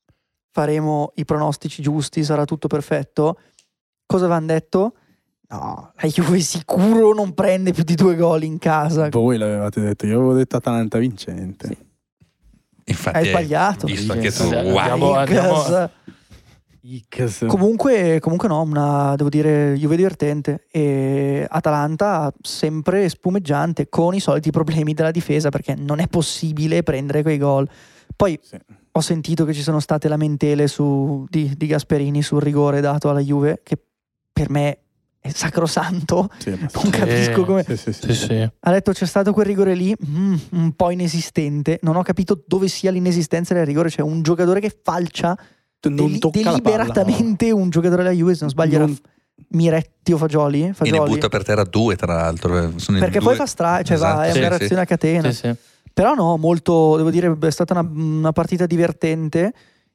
G: faremo i pronostici giusti, sarà tutto perfetto, cosa avevano detto? No, la Juve sicuro non prende più di due gol in casa.
F: Voi l'avevate detto, io avevo detto Atalanta vincente.
G: Sì.
H: Infatti,
G: Hai sbagliato.
H: Visto
E: Sì,
H: anche
E: sì,
H: tu,
E: sì.
H: wow.
E: Andiamo-
G: Icas.
F: Icas.
G: Comunque, comunque no, una, devo dire, Juve divertente. E Atalanta sempre spumeggiante, con i soliti problemi della difesa, perché non è possibile prendere quei gol. Poi
F: Sì.
G: ho sentito che ci sono state lamentele su, di, di Gasperini sul rigore dato alla Juve, che per me è sacrosanto.
F: Sì, ma
G: Non capisco come...
F: sì, sì, sì.
E: Sì, sì.
G: Ha detto c'è stato quel rigore lì, mm, un po' inesistente. Non ho capito dove sia l'inesistenza del rigore. C'è un giocatore che falcia
F: Non
G: deli-
F: tocca la palla.
G: deliberatamente un giocatore della Juve, se non sbaglio era
F: Non-
G: Miretti o Fagioli,
H: E ne
G: Fagioli.
H: butta per terra due, tra l'altro. Sono in
G: Perché
H: due-
G: poi fa strada, cioè va,
H: Esatto,
G: è
H: sì,
G: una
H: sì.
G: reazione a catena.
E: Sì, sì.
G: Però no, molto, devo dire, è stata una, una partita divertente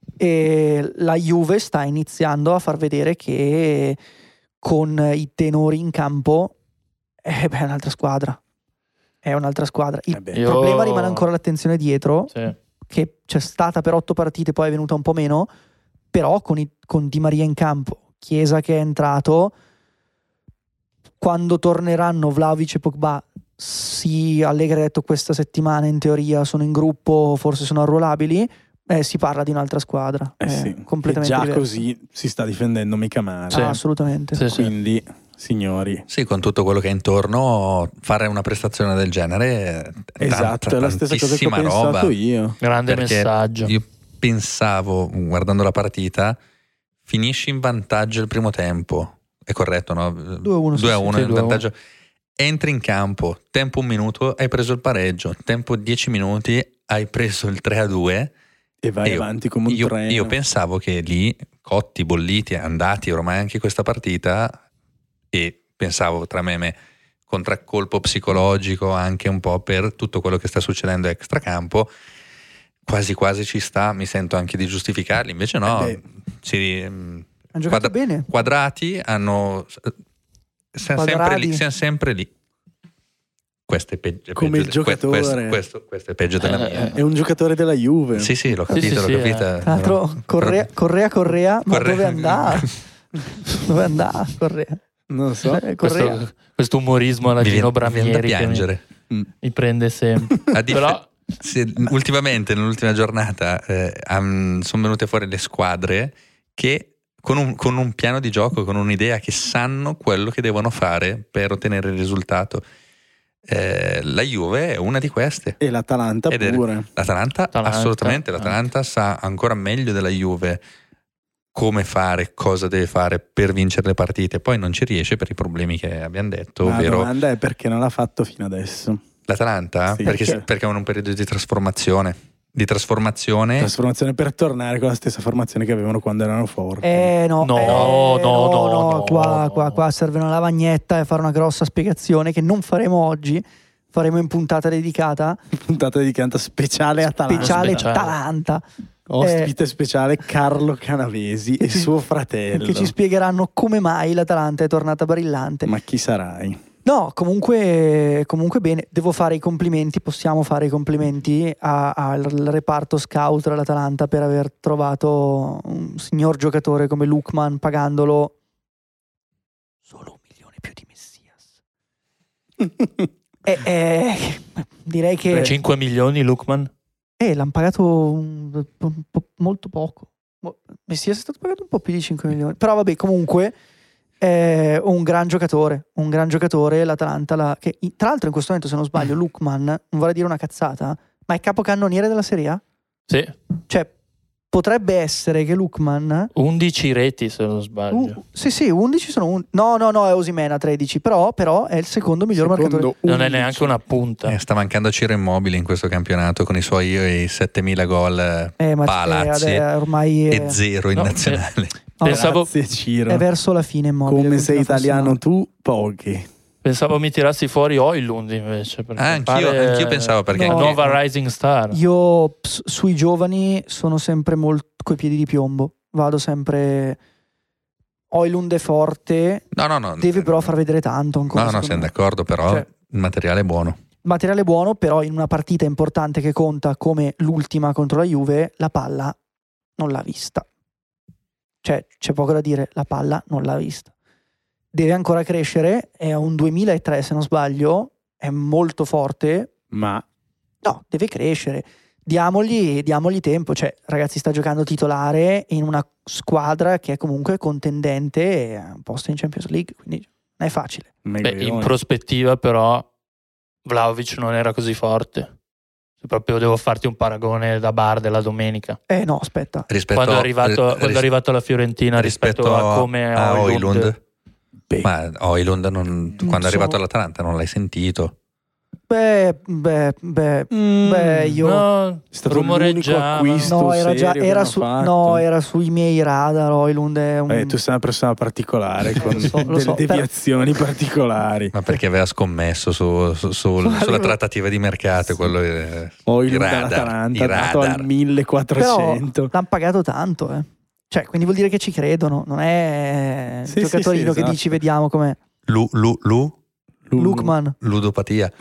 G: e la Juve sta iniziando a far vedere che con i tenori in campo eh, beh, è un'altra squadra. È un'altra squadra. Il
F: Eh beh.
E: Io-
G: problema rimane ancora l'attenzione dietro,
E: Sì.
G: che c'è stata per otto partite, poi è venuta un po' meno, però con, i- con Di Maria in campo, Chiesa che è entrato, quando torneranno Vlahovic e Pogba, sì, Allegri ha detto questa settimana in teoria sono in gruppo, forse sono arruolabili, eh, si parla di un'altra squadra.
F: Eh
G: eh,
F: sì,
G: completamente
F: e già
G: diversa.
F: così si sta difendendo mica male.
E: Sì.
G: Ah, assolutamente.
E: Sì, sì.
F: Quindi, signori,
H: Sì, con tutto quello che è intorno, fare una prestazione del genere è
F: esatto,
H: tanta-
F: è la stessa cosa che ho
H: tantissima
F: pensato
H: roba.
F: io.
E: Grande
H: Perché
E: messaggio.
H: Io pensavo, guardando la partita, finisci in vantaggio il primo tempo. È corretto, no?
G: due a uno, sì,
H: due a
G: sì,
H: uno
E: sì,
H: in
E: due a uno.
H: vantaggio. Entri in campo, tempo un minuto, hai preso il pareggio. Tempo dieci minuti, hai preso il tre a due.
F: E vai
H: E io-
F: avanti come un
H: io,
F: treno.
H: io pensavo che lì, cotti, bolliti, andati ormai anche questa partita, e pensavo tra me e me, contraccolpo psicologico anche un po' per tutto quello che sta succedendo extracampo, quasi quasi ci sta, mi sento anche di giustificarli, invece no,
F: Eh beh.
H: si,
G: Hanno giocato
H: quadra-
G: bene.
H: Quadrati hanno siamo sempre lì, siamo sempre lì. Questo è peggio,
F: come
H: peggio
F: il giocatore.
H: Questo, questo, questo è peggio della
E: Eh,
H: mia.
F: È un giocatore della Juve.
H: Sì, sì, l'ho capito,
E: sì,
H: l'ho
E: sì,
H: capita.
E: eh.
G: Tra l'altro, Correa, Correa, Correa, ma
H: Correa.
G: dove andà? Dove andà Correa?
F: Non so.
G: Eh, Correa.
E: Questo, questo umorismo alla
H: Mi
E: Gino
H: viene, mi viene da
E: Bramieri che mi,
H: piangere.
F: Mm.
E: mi prende sempre.
H: A dif-
E: Però
H: se- ultimamente, nell'ultima giornata, eh, han- sono venute fuori le squadre che con un, con un piano di gioco, con un'idea, che sanno quello che devono fare per ottenere il risultato. Eh, la Juve è una di queste.
F: E l'Atalanta
H: Ed è-
F: pure.
H: L'Atalanta,
E: Atalanta,
H: assolutamente,
E: anche.
H: l'Atalanta sa ancora meglio della Juve come fare, cosa deve fare per vincere le partite. Poi non ci riesce per i problemi che abbiamo detto,
F: La
H: ovvero
F: domanda è perché non l'ha fatto fino adesso.
H: l'Atalanta,
F: Sì,
H: perché,
F: perché-
H: perché è in un periodo di trasformazione. Di trasformazione.
F: Trasformazione per tornare con la stessa formazione che avevano quando erano forti.
G: Eh no,
E: No,
G: eh,
E: no, no, no,
G: qua,
E: no.
G: qua, qua serve una lavagnetta e fare una grossa spiegazione che non faremo oggi, faremo in puntata dedicata,
F: Puntata dedicata speciale Atalanta.
G: speciale
E: speciale.
G: Atalanta,
F: Ospite speciale Carlo Canavesi e
G: Che ci-
F: suo fratello.
G: che ci spiegheranno come mai l'Atalanta è tornata brillante.
F: Ma chi sarai?
G: No, comunque, comunque bene, devo fare i complimenti, possiamo fare i complimenti a- al reparto scout dell'Atalanta per aver trovato un signor giocatore come Lukman pagandolo solo un milione più di Messias. E, e, direi che
E: cinque milioni Lukman.
G: eh, l'hanno pagato un- un po- molto poco. Mo- Messias è stato pagato un po' più di cinque milioni, però vabbè, comunque è un gran giocatore, un gran giocatore l'Atalanta, la- che tra l'altro in questo momento, se non sbaglio, Lukman, non vorrei dire una cazzata, ma è capocannoniere della Serie A?
E: Sì,
G: Cioè, potrebbe essere che Lukman
E: undici reti se non sbaglio.
G: uh, sì sì, undici sono un, no no no è Osimhen a tredici, però, però è il secondo miglior marcatore.
F: Secondo
E: Non è
F: undici.
E: neanche una punta.
H: Eh, sta mancando Ciro Immobile in questo campionato con i suoi eh, settemila gol eh,
G: Eh, ma
H: palazzi
G: eh, ormai è,
H: e zero in
E: No,
H: nazionale.
G: no,
E: Pensavo,
F: Grazie Ciro.
G: è verso la fine Immobile.
F: Come sei
G: continua a farsi
F: italiano
G: male.
F: tu, pochi.
E: pensavo mi tirassi fuori Oilund invece. perché
H: Ah, anch'io,
E: pare
H: anch'io pensavo perché
G: No.
E: la
H: anche-
E: nuova Rising Star.
G: Io s- sui giovani sono sempre molto coi piedi di piombo. Vado sempre. Oilund è forte,
H: no, no, no,
G: deve però far vedere tanto ancora.
H: no, no,
G: secondo
H: siamo
G: me.
H: d'accordo, però
G: Cioè-
H: il materiale è buono.
G: Materiale buono, però in una partita importante che conta come l'ultima contro la Juve, la palla non l'ha vista. Cioè, c'è poco da dire, la palla non l'ha vista. Deve ancora crescere, è a un duemilatré se non sbaglio, è molto forte.
F: Ma
G: No, deve crescere. Diamogli, diamogli tempo. Cioè, ragazzi, sta giocando titolare in una squadra che è comunque contendente a un posto in Champions League, quindi non è facile.
E: Beh, in prospettiva però Vlahovic non era così forte. Se proprio devo farti un paragone da bar della domenica.
G: Eh no, aspetta.
H: Rispetto,
E: Quando è arrivato,
H: ri-
E: quando è arrivato alla Fiorentina rispetto,
H: rispetto
E: a come
H: a
E: Højlund.
H: Højlund.
F: Beh,
H: Ma Højlund non-
G: Non
H: quando è
G: so.
H: arrivato all'Atalanta non l'hai sentito.
G: Beh, beh, beh, beh, io...
E: No,
F: è stato l'unico
E: rumoreggiava.
F: acquisto
G: No, era già
F: serio che
G: era
F: hanno
G: su,
F: fatto.
G: no, era sui miei radar. Højlund è un...
F: Eh, tu sei una persona particolare con
G: lo so, lo
F: delle
G: so, per-
F: deviazioni particolari.
H: Ma perché aveva scommesso su- su- sul- sulla trattativa di mercato, quello eh,
F: Poi
H: i
F: lui
H: radar,
F: dall'Atalanta
H: i
F: ha dato
H: radar.
F: al millequattrocento.
G: Però l'hanno pagato tanto, eh. Cioè, quindi vuol dire che ci credono. Non è
F: Sì,
G: il
F: sì,
G: giocatorino
F: sì,
G: che
F: esatto.
G: dici vediamo com'è.
H: Lu, lu, lu,
F: Lu-
G: Lukman,
H: ludopatia.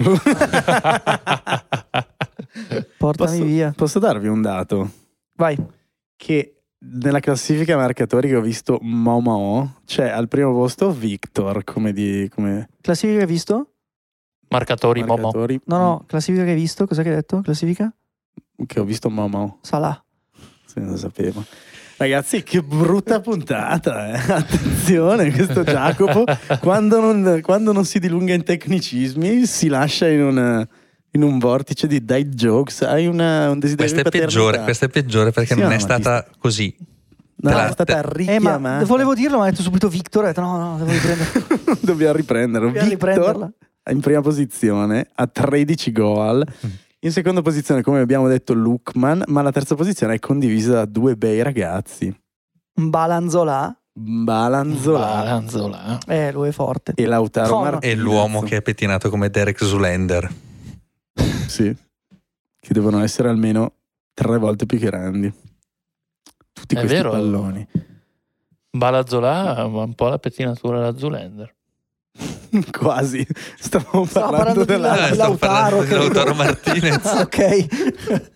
G: portami
F: Posso,
G: via.
F: posso darvi un dato?
G: Vai.
F: Che nella classifica marcatori che ho visto Momao c'è al primo posto Victor come di come
G: Classifica che hai visto?
E: Marcatori Momo.
F: marcatori.
G: No, no, classifica che hai visto? Cos'è che hai detto? Classifica?
F: Che ho visto Momao.
G: Salah.
F: Se non lo sapevo. Ragazzi, che brutta puntata, eh. Attenzione, questo Jacopo, quando non, quando non si dilunga in tecnicismi, si lascia in un, in un vortice di dai jokes. Hai una, un desiderio
H: Questa è
F: di
H: peggiore,
F: paternità.
H: questa è peggiore perché
F: Sì,
H: non
F: no,
H: è
F: ma
H: stata così.
F: No,
H: Te la-
F: è stata
H: te-
G: Eh,
F: richiamata.
G: ma volevo dirlo, ma ha detto subito Victor. Ho detto no, no, devo riprenderla.
F: Dobbiamo riprenderlo.
G: Dobbiamo
F: Victor
G: riprenderla.
F: in prima posizione a tredici gol. In seconda posizione, come abbiamo detto, Lukman, ma la terza posizione è condivisa da due bei ragazzi.
G: Balanzola.
F: Balanzola
E: Balanzola.
G: Eh, lui è forte.
F: e Lautaro
G: No, no.
F: Martinez.
H: È l'uomo che è pettinato come Derek Zoolander.
F: Sì, che devono essere almeno tre volte più grandi. Tutti
E: È
F: questi
E: vero.
F: palloni.
E: Balazzola ha un po' la pettinatura da Zoolander.
F: Quasi. Stavamo
G: Stavo
F: parlando,
G: parlando di
F: della...
G: la-
H: Eh, stavo
G: Lautaro,
H: parlando di
G: credo.
H: Lautaro Martinez.
G: Ah, ok.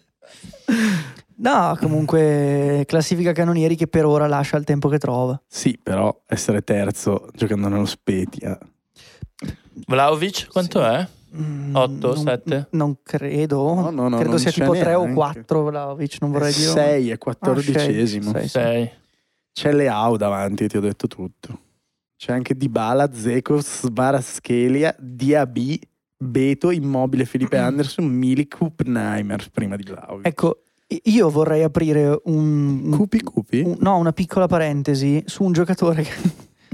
G: No, comunque classifica cannonieri che per ora lascia il tempo che trova.
F: Sì, però essere terzo giocando nello Spezia.
E: Vlahovic quanto
G: Sì.
E: è?
G: Mm,
E: Otto,
G: non-
E: sette?
G: Non credo.
F: No, no, no,
G: credo
F: non
G: sia
F: c'è
G: tipo tre o
F: neanche.
G: quattro Vlahovic, non vorrei dire.
F: sei e
G: Ah,
F: quattordicesimo.
G: sei, sei, sì.
E: sei.
F: C'è Leao davanti, ti ho detto tutto. C'è anche Dybala, Dzeko, Kvaratskhelia, Diaby, Beto, Immobile, Felipe Anderson, Milik, Kupnheimer prima di Vlahovic.
G: Ecco, io vorrei aprire un, un-
F: Cupi Cupi?
G: un- no, una piccola parentesi su un giocatore che,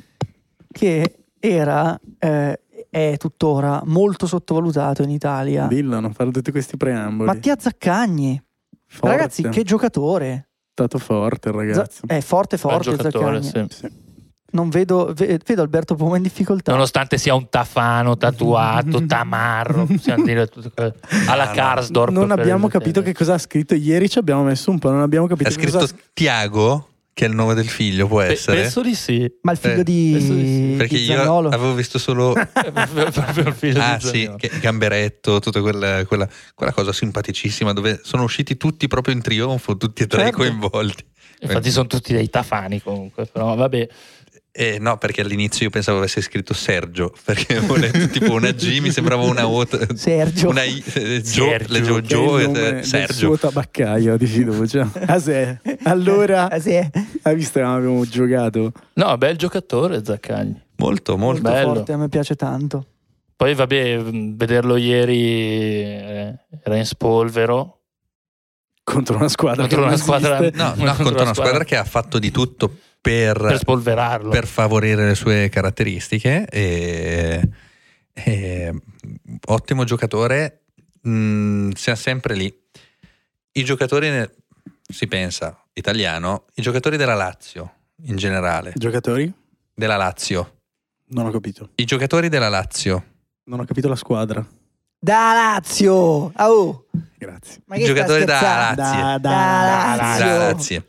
G: che era eh, è tuttora molto sottovalutato in Italia.
F: Dillo, non fare tutti questi preamboli.
G: Mattia Zaccagni.
F: Forte.
G: Ragazzi, che giocatore!
F: È stato forte il ragazzo.
G: È forte
E: Bel
G: forte
E: giocatore,
G: Zaccagni.
E: sì.
F: Sì.
G: Non vedo, ve- vedo Alberto Poma in difficoltà.
E: Nonostante sia un tafano, tatuato, tamarro, possiamo dire tutte quelle- alla
H: no.
E: Karsdorp.
F: Non
E: per
F: abbiamo
E: il-
F: capito che cosa ha scritto. Ieri ci abbiamo messo un po', non abbiamo capito
H: Ha
F: che
H: scritto
F: cosa
H: Tiago, che è il nome del figlio, può
E: Pe-
H: essere?
E: penso di sì.
G: Ma il figlio
H: Eh,
G: di,
E: penso di sì.
H: Perché
G: di
H: io
G: Zaniolo.
H: avevo visto solo
E: Proprio il figlio
H: ah
E: di
H: sì,
E: Zaniolo.
H: che gamberetto, tutta quella, quella, quella cosa simpaticissima dove sono usciti tutti proprio in trionfo, tutti e tre
G: Certo.
H: coinvolti.
E: Infatti sono tutti dei tafani comunque, però vabbè.
H: Eh, no, perché all'inizio io pensavo avesse scritto Sergio, perché avevo letto tipo una G, mi sembrava una O,
G: Sergio.
H: una I, eh, Gio,
E: Sergio,
H: leggevo
F: che è
H: Gio
F: il
H: e
F: nome
H: eh,
F: del
H: Sergio.
F: suo tabaccaio di fiducia. Ah, sì. Allora,
G: Ah, sì.
F: hai visto che abbiamo giocato?
E: No, bel giocatore Zaccagni.
H: Molto, molto.
G: Molto
E: bello.
G: forte, a me piace tanto.
E: Poi vabbè, vederlo ieri eh, era in spolvero.
F: Contro una squadra
E: Contro
F: che
E: una
F: non
E: squadra-
F: esiste.
H: No, no, contro una squadra che ha fatto di tutto per,
E: Per spolverarlo.
H: per favorire le sue caratteristiche e, e ottimo giocatore, mh, siamo sempre lì. I giocatori, ne- si pensa italiano, i giocatori della Lazio in generale,
F: Giocatori?
H: della Lazio,
F: Non ho capito.
H: i giocatori della Lazio,
F: Non ho capito la squadra.
G: Da Lazio! Ah, oh.
F: Grazie.
G: Ma
H: i
G: che sta
H: giocatori della
G: scherzando?
H: Lazio,
F: Da,
G: Da
F: da,
G: Lazio.
H: della Lazio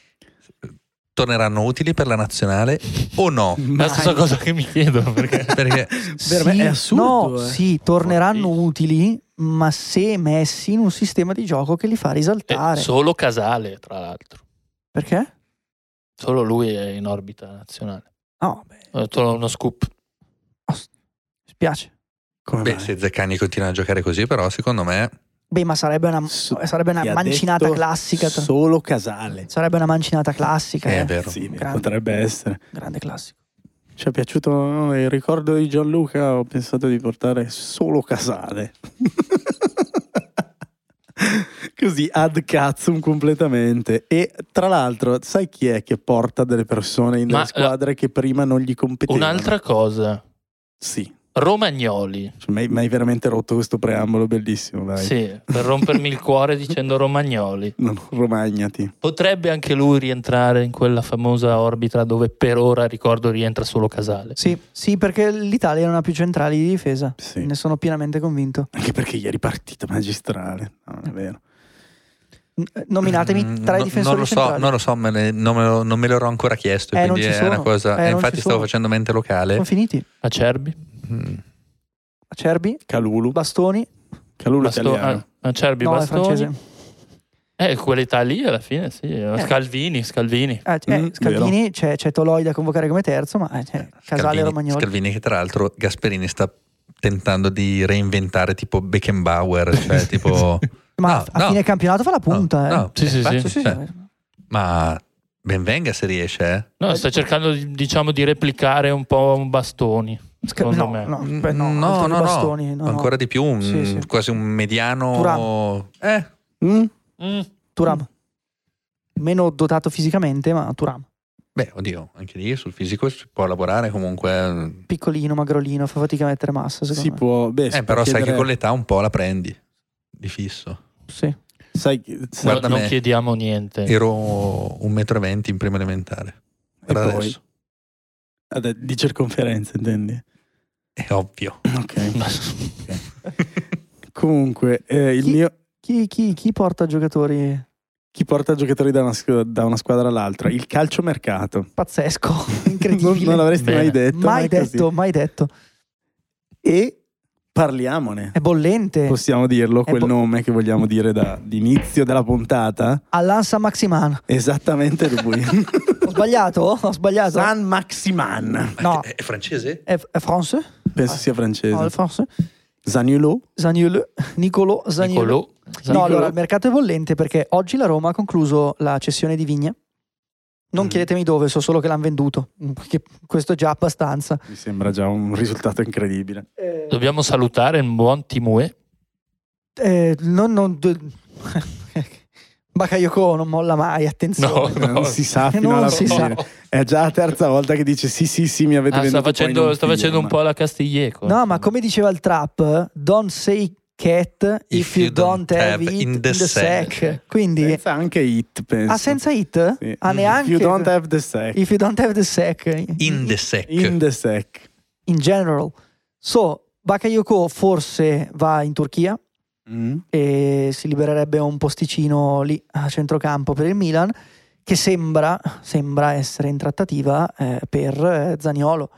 H: torneranno utili per la nazionale o no?
E: È la stessa cosa che mi chiedo perché
H: Perché
F: Per me è assurdo,
G: No,
F: eh.
G: sì, torneranno utili, ma se messi in un sistema di gioco che li fa
E: è
G: risaltare.
E: solo Casale, tra l'altro.
G: Perché?
E: Solo lui è in orbita nazionale.
G: No, beh,
E: Ho detto uno scoop.
G: mi spiace.
F: Come
H: beh,
F: mai?
H: se Zaccagni continua a giocare così, però secondo me
G: Beh, ma sarebbe una,
F: Su-
G: sarebbe una
F: Ti ha
G: mancinata
F: detto
G: classica. tra-
F: Solo Casale.
G: Sarebbe una mancinata classica.
H: È
G: eh.
H: vero.
F: Sì,
G: Grande.
F: potrebbe essere.
G: Grande classico.
F: Ci è piaciuto no, il ricordo di Gianluca, ho pensato di portare solo Casale. Così ad cazzum completamente. E tra l'altro, sai chi è che porta delle persone in delle
E: Ma,
F: squadre che prima non gli competevano?
E: Un'altra cosa.
F: Sì.
E: Romagnoli.
F: Cioè, mi hai- mi hai veramente rotto questo preambolo bellissimo, dai.
E: Sì, per rompermi il cuore dicendo Romagnoli.
F: Non romagnati.
E: Potrebbe anche lui rientrare in quella famosa orbita dove per ora, ricordo, rientra solo Casale.
G: Sì, sì, perché l'Italia non ha più centrali di difesa.
F: Sì.
G: Ne sono pienamente convinto.
F: Anche perché ieri partita magistrale. No, non è vero.
G: N- Nominatemi
H: Mm,
G: tre
H: no-
G: difensori
H: non lo so,
G: centrali.
H: non lo so, me le- non, me lo, non me l'ero ancora chiesto,
G: Eh, non
H: quindi
G: ci
H: è una
G: sono.
H: cosa.
G: Eh,
H: e
G: non
H: infatti
G: ci
H: stavo
G: sono.
H: facendo mente locale.
G: Sono finiti.
E: Acerbi?
H: Mm.
G: Acerbi,
F: Calulu.
G: Bastoni.
F: Calulu
E: Basto-
F: italiano.
E: ah, Acerbi,
G: No, è
E: Bastoni.
G: francese.
E: Eh, quell'età lì alla fine, sì. Scalvini, Scalvini.
G: Eh, eh,
F: Mm,
G: Scalvini, c'è, c'è Toloi da convocare come terzo, ma eh, c'è Casale e
H: Scalvini,
G: Romagnoli.
H: Scalvini, che tra l'altro Gasperini sta tentando di reinventare tipo Beckenbauer, cioè tipo.
G: Ma
H: No,
G: a
H: no.
G: fine campionato fa la punta.
H: No,
G: eh.
H: no,
E: Sì, sì,
H: infatti,
E: sì.
G: Sì, sì,
H: cioè,
G: sì.
H: ma ben venga se riesce, eh.
E: No, sta cercando di- diciamo di replicare un po' un Bastoni.
G: Sca-
E: Secondo
G: no,
E: me.
G: no, beh, no,
H: no,
G: oltre
H: no,
G: che
H: no.
G: Bastoni, no, no.
H: ancora di più, un-
G: Sì, sì.
H: quasi un mediano.
G: Thuram.
H: Eh,
F: Mm?
E: Mm.
G: Thuram. Meno dotato fisicamente, ma Thuram.
H: beh, oddio, anche lì sul fisico si può lavorare comunque.
G: Piccolino, magrolino, fa fatica a mettere massa, secondo
F: Si
G: me.
F: può. Beh, si
H: Eh,
F: può
H: però sai che
F: chiedere-
H: con l'età un po' la prendi di fisso.
G: Sì.
F: Sai,
E: No,
F: sai-
H: Guarda
E: non
H: me.
E: chiediamo niente.
H: Ero un metro e venti in prima elementare.
F: E
H: Per
F: poi?
H: adesso.
F: Vabbè, di circonferenza, intendi?
H: È ovvio.
F: Ok. Comunque, eh, il
G: Chi-
F: mio.
G: Chi, chi, chi porta giocatori
F: chi porta giocatori da una, da una squadra all'altra, il calciomercato.
G: Pazzesco, incredibile.
F: non, non l'avresti
E: Bene.
F: mai detto.
G: mai
F: ma è
G: detto,
F: così.
G: mai detto.
F: E parliamone.
G: È bollente.
F: Possiamo dirlo,
G: È
F: quel
G: bo-
F: nome che vogliamo dire dall'inizio della puntata?
G: Alain Saint-Maximin.
F: Esattamente lui.
G: Ho sbagliato? Ho sbagliato?
F: San Maximan.
G: No.
H: È, è francese?
G: È, è français?
F: Penso sia francese.
G: No, è français.
F: Zaniolo.
G: Zaniolo. Nicolò Zaniolo.
E: Nicolò.
G: No, allora il mercato è bollente perché oggi la Roma ha concluso la cessione di Vigna. Non
F: Mm.
G: chiedetemi dove, so solo che l'hanno venduto. Perché questo è già abbastanza.
F: Mi sembra già un risultato incredibile.
G: Eh,
E: Dobbiamo salutare il buon Timue.
G: eh, non, non, Bakayoko non molla mai, attenzione.
E: No.
F: Non si sa fino
G: Non
F: alla
G: si
F: fine.
G: sa.
F: È già la terza volta che dice sì sì sì mi avete
E: Ah, sta
F: venduto poi
E: facendo,
F: non
E: sta facendo un
F: firma.
E: po' la Castiglieco.
G: No, ma come diceva il trap, don't say cat if,
H: If
G: you,
H: you
G: don't,
H: don't
G: have
H: have
G: it
H: in
G: in
H: the
G: the,
H: sack.
G: sack. Quindi,
F: Senza anche it, penso.
G: ah, senza it?
F: Sì.
G: Ah, neanche.
F: If you don't have the sack.
G: If you don't have the sack.
H: In the sec.
F: In the sack.
G: In general. So, Bakayoko forse va in Turchia
F: Mm.
G: e si libererebbe un posticino lì a centrocampo per il Milan, che sembra, sembra essere in trattativa eh, per eh, Zaniolo.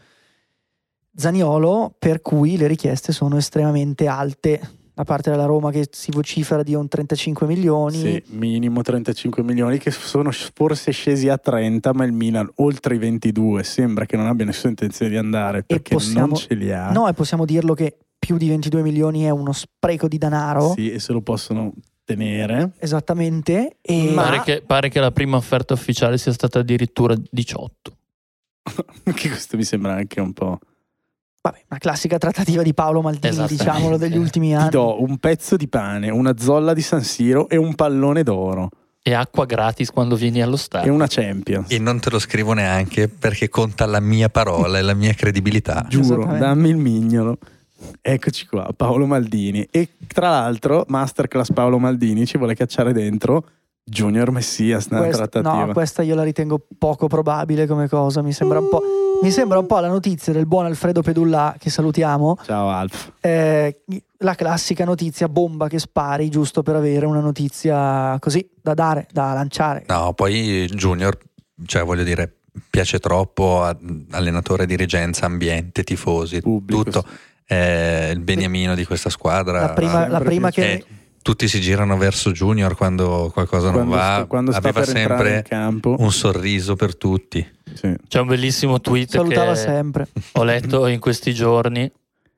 G: Zaniolo, per cui le richieste sono estremamente alte da parte della Roma, che si vocifera di un trentacinque milioni.
F: Sì, minimo trentacinque milioni, che sono forse scesi a trenta, ma il Milan oltre i ventidue sembra che non abbia nessuna intenzione di andare perché
G: possiamo-
F: non ce li ha.
G: No, e possiamo dirlo che più di ventidue milioni è uno spreco di denaro.
F: Sì, e se lo possono tenere.
G: Esattamente. E
E: Pare che, pare che la prima offerta ufficiale sia stata addirittura diciotto.
F: Che questo mi sembra anche un po'.
G: vabbè, una classica trattativa di Paolo Maldini,
E: Esattamente.
G: diciamolo, degli ultimi
F: Ti
G: anni.
F: do un pezzo di pane, una zolla di San Siro e un pallone d'oro
E: E acqua gratis quando vieni allo
F: e
E: stadio.
F: una Champions.
H: E non te lo scrivo neanche perché conta la mia parola e la mia credibilità.
F: Giuro,
G: Esattamente.
F: dammi il mignolo. Eccoci qua, Paolo Maldini. E tra l'altro, Masterclass Paolo Maldini ci vuole cacciare dentro Junior Messias nella
G: Questa-
F: trattativa.
G: no, questa io la ritengo poco probabile come cosa. Mi sembra un po', mi sembra un po' la notizia del buon Alfredo Pedullà, che salutiamo.
F: Ciao Alf.
G: Eh, la classica notizia bomba che spari giusto per avere una notizia così da dare, da lanciare.
H: No, poi Junior, cioè voglio dire, piace troppo a allenatore, dirigenza, ambiente, tifosi,
F: Pubblico,
H: tutto.
F: sì.
H: È il beniamino di questa squadra.
G: La prima, la
F: sempre
G: prima che
H: Eh, tutti si girano verso Junior quando qualcosa non
F: Quando
H: va.
F: sta- quando sta
H: Aveva
F: per entrare
H: sempre
F: in campo.
H: un sorriso per tutti.
F: Sì.
E: C'è un bellissimo tweet
G: salutava
E: che
G: sempre.
E: ho letto in questi giorni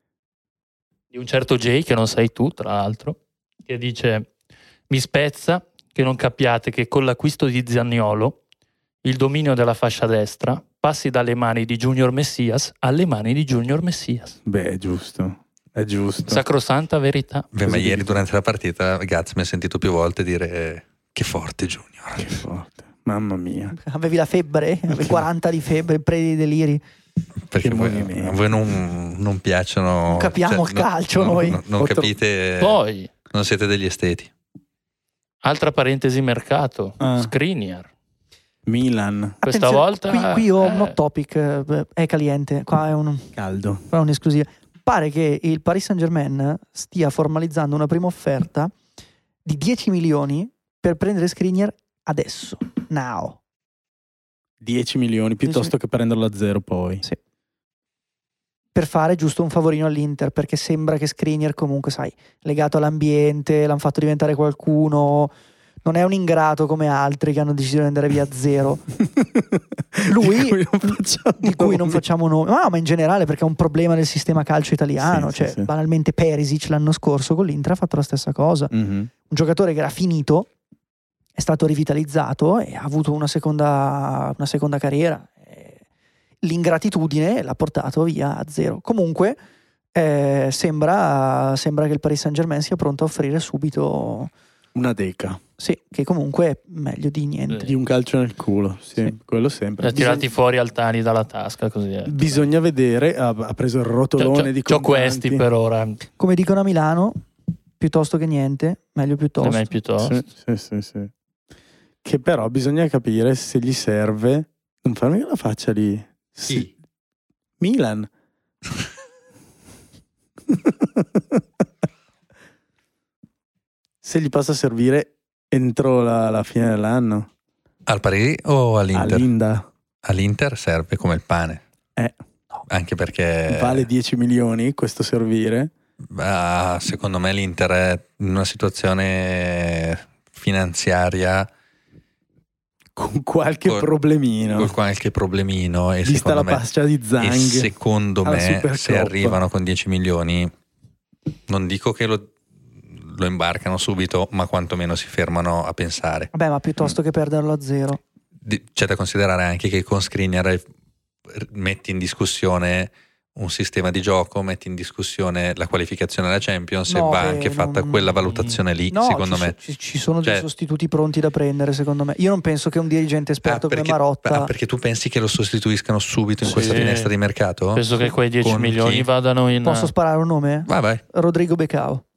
E: di un certo Jay, che non sei tu tra l'altro, che dice: mi spezza che non capiate che con l'acquisto di Zaniolo il dominio della fascia destra passi dalle mani di Junior Messias alle mani di Junior Messias.
F: Beh, è giusto. È giusto.
E: Sacrosanta verità.
H: Beh, ma
F: Così
H: ieri
F: dico.
H: durante la partita Gaz mi ha sentito più volte dire eh, che forte Junior.
F: Che forte. Mamma mia.
G: Avevi la febbre? Avevi quaranta di febbre, predi di deliri.
H: Perché
F: Che
H: voi,
F: movimento.
H: a voi non, non piacciono.
G: Non capiamo il
H: no-
G: calcio
H: no-
G: noi.
H: no- non
F: Otto-
H: capite.
E: Poi,
H: Non siete degli esteti.
E: altra parentesi mercato,
F: Ah.
E: Skriniar.
F: Milan.
E: Questa
G: Attenzione,
E: volta,
G: Qui, qui ho un
E: eh.
G: hot topic, eh, è caliente. Qua è un,
F: Caldo.
G: qua è un'esclusiva. Pare che il Paris Saint-Germain stia formalizzando una prima offerta di dieci milioni per prendere Skriniar adesso. Now.
F: dieci milioni piuttosto che prenderlo a zero poi.
G: Sì. Per fare giusto un favorino all'Inter, perché sembra che Skriniar comunque, sai, legato all'ambiente, l'hanno fatto diventare qualcuno, non è un ingrato come altri che hanno deciso di andare via a zero. Lui,
F: di cui non facciamo
G: di cui non
F: nomi.
G: facciamo nome, no, ma in generale perché è un problema del sistema calcio italiano.
F: Sì,
G: Cioè,
F: sì, sì.
G: banalmente Perisic l'anno scorso con l'Inter ha fatto la stessa cosa.
F: Mhm.
G: Un giocatore che era finito è stato rivitalizzato e ha avuto una seconda, una seconda carriera. Eh, L'ingratitudine l'ha portato via a zero. Comunque eh, sembra, sembra che il Paris Saint-Germain sia pronto a offrire subito,
F: Una deca.
G: sì, che comunque è meglio di niente.
F: Di un calcio nel culo. Sì,
G: Sì.
F: quello
E: Li
F: sempre.
E: ha tirati
F: Bisogna,
E: fuori Altani dalla tasca, così è.
F: bisogna vedere. Ha, ha preso il rotolone
E: C'ho,
F: di
E: c'ho
F: contanti.
E: questi per ora.
G: Come dicono a Milano, piuttosto che niente, meglio piuttosto.
E: Me piuttosto.
F: Sì, sì, sì, sì. Che però bisogna capire se gli serve. Non farmi la faccia lì. Sì. Milan. se gli possa servire entro la, la fine dell'anno.
H: Al Parigi o all'Inter?
F: All'Inda.
H: All'Inter serve come il pane.
F: Eh.
H: Anche perché
F: Vale dieci milioni questo servire.
H: Ah, secondo me l'Inter è in una situazione finanziaria
F: con qualche
H: con,
F: problemino.
H: Con qualche problemino. E
F: vista la
H: me,
F: pascia di Zhang.
H: E secondo me se
F: Supercoppa.
H: arrivano con dieci milioni, non dico che lo, lo imbarcano subito, ma quantomeno si fermano a pensare.
G: Vabbè, ma piuttosto che perderlo a zero.
H: Di, c'è da considerare anche che con Skriniar metti in discussione un sistema di gioco, metti in discussione la qualificazione alla Champions
G: no,
H: e va
G: beh,
H: anche fatta
G: non...
H: quella valutazione lì,
G: no,
H: secondo
G: ci
H: me.
G: So, ci sono
H: cioè,
G: dei sostituti pronti da prendere, secondo me. Io non penso che un dirigente esperto
H: ah, perché,
G: come Marotta...
H: ah, perché tu pensi che lo sostituiscano subito in
E: sì.
H: questa finestra di mercato?
E: Penso che quei dieci
H: con
E: milioni
H: chi?
E: vadano in...
G: Posso sparare un nome?
H: Vai, vai.
G: Rodrigo Becao.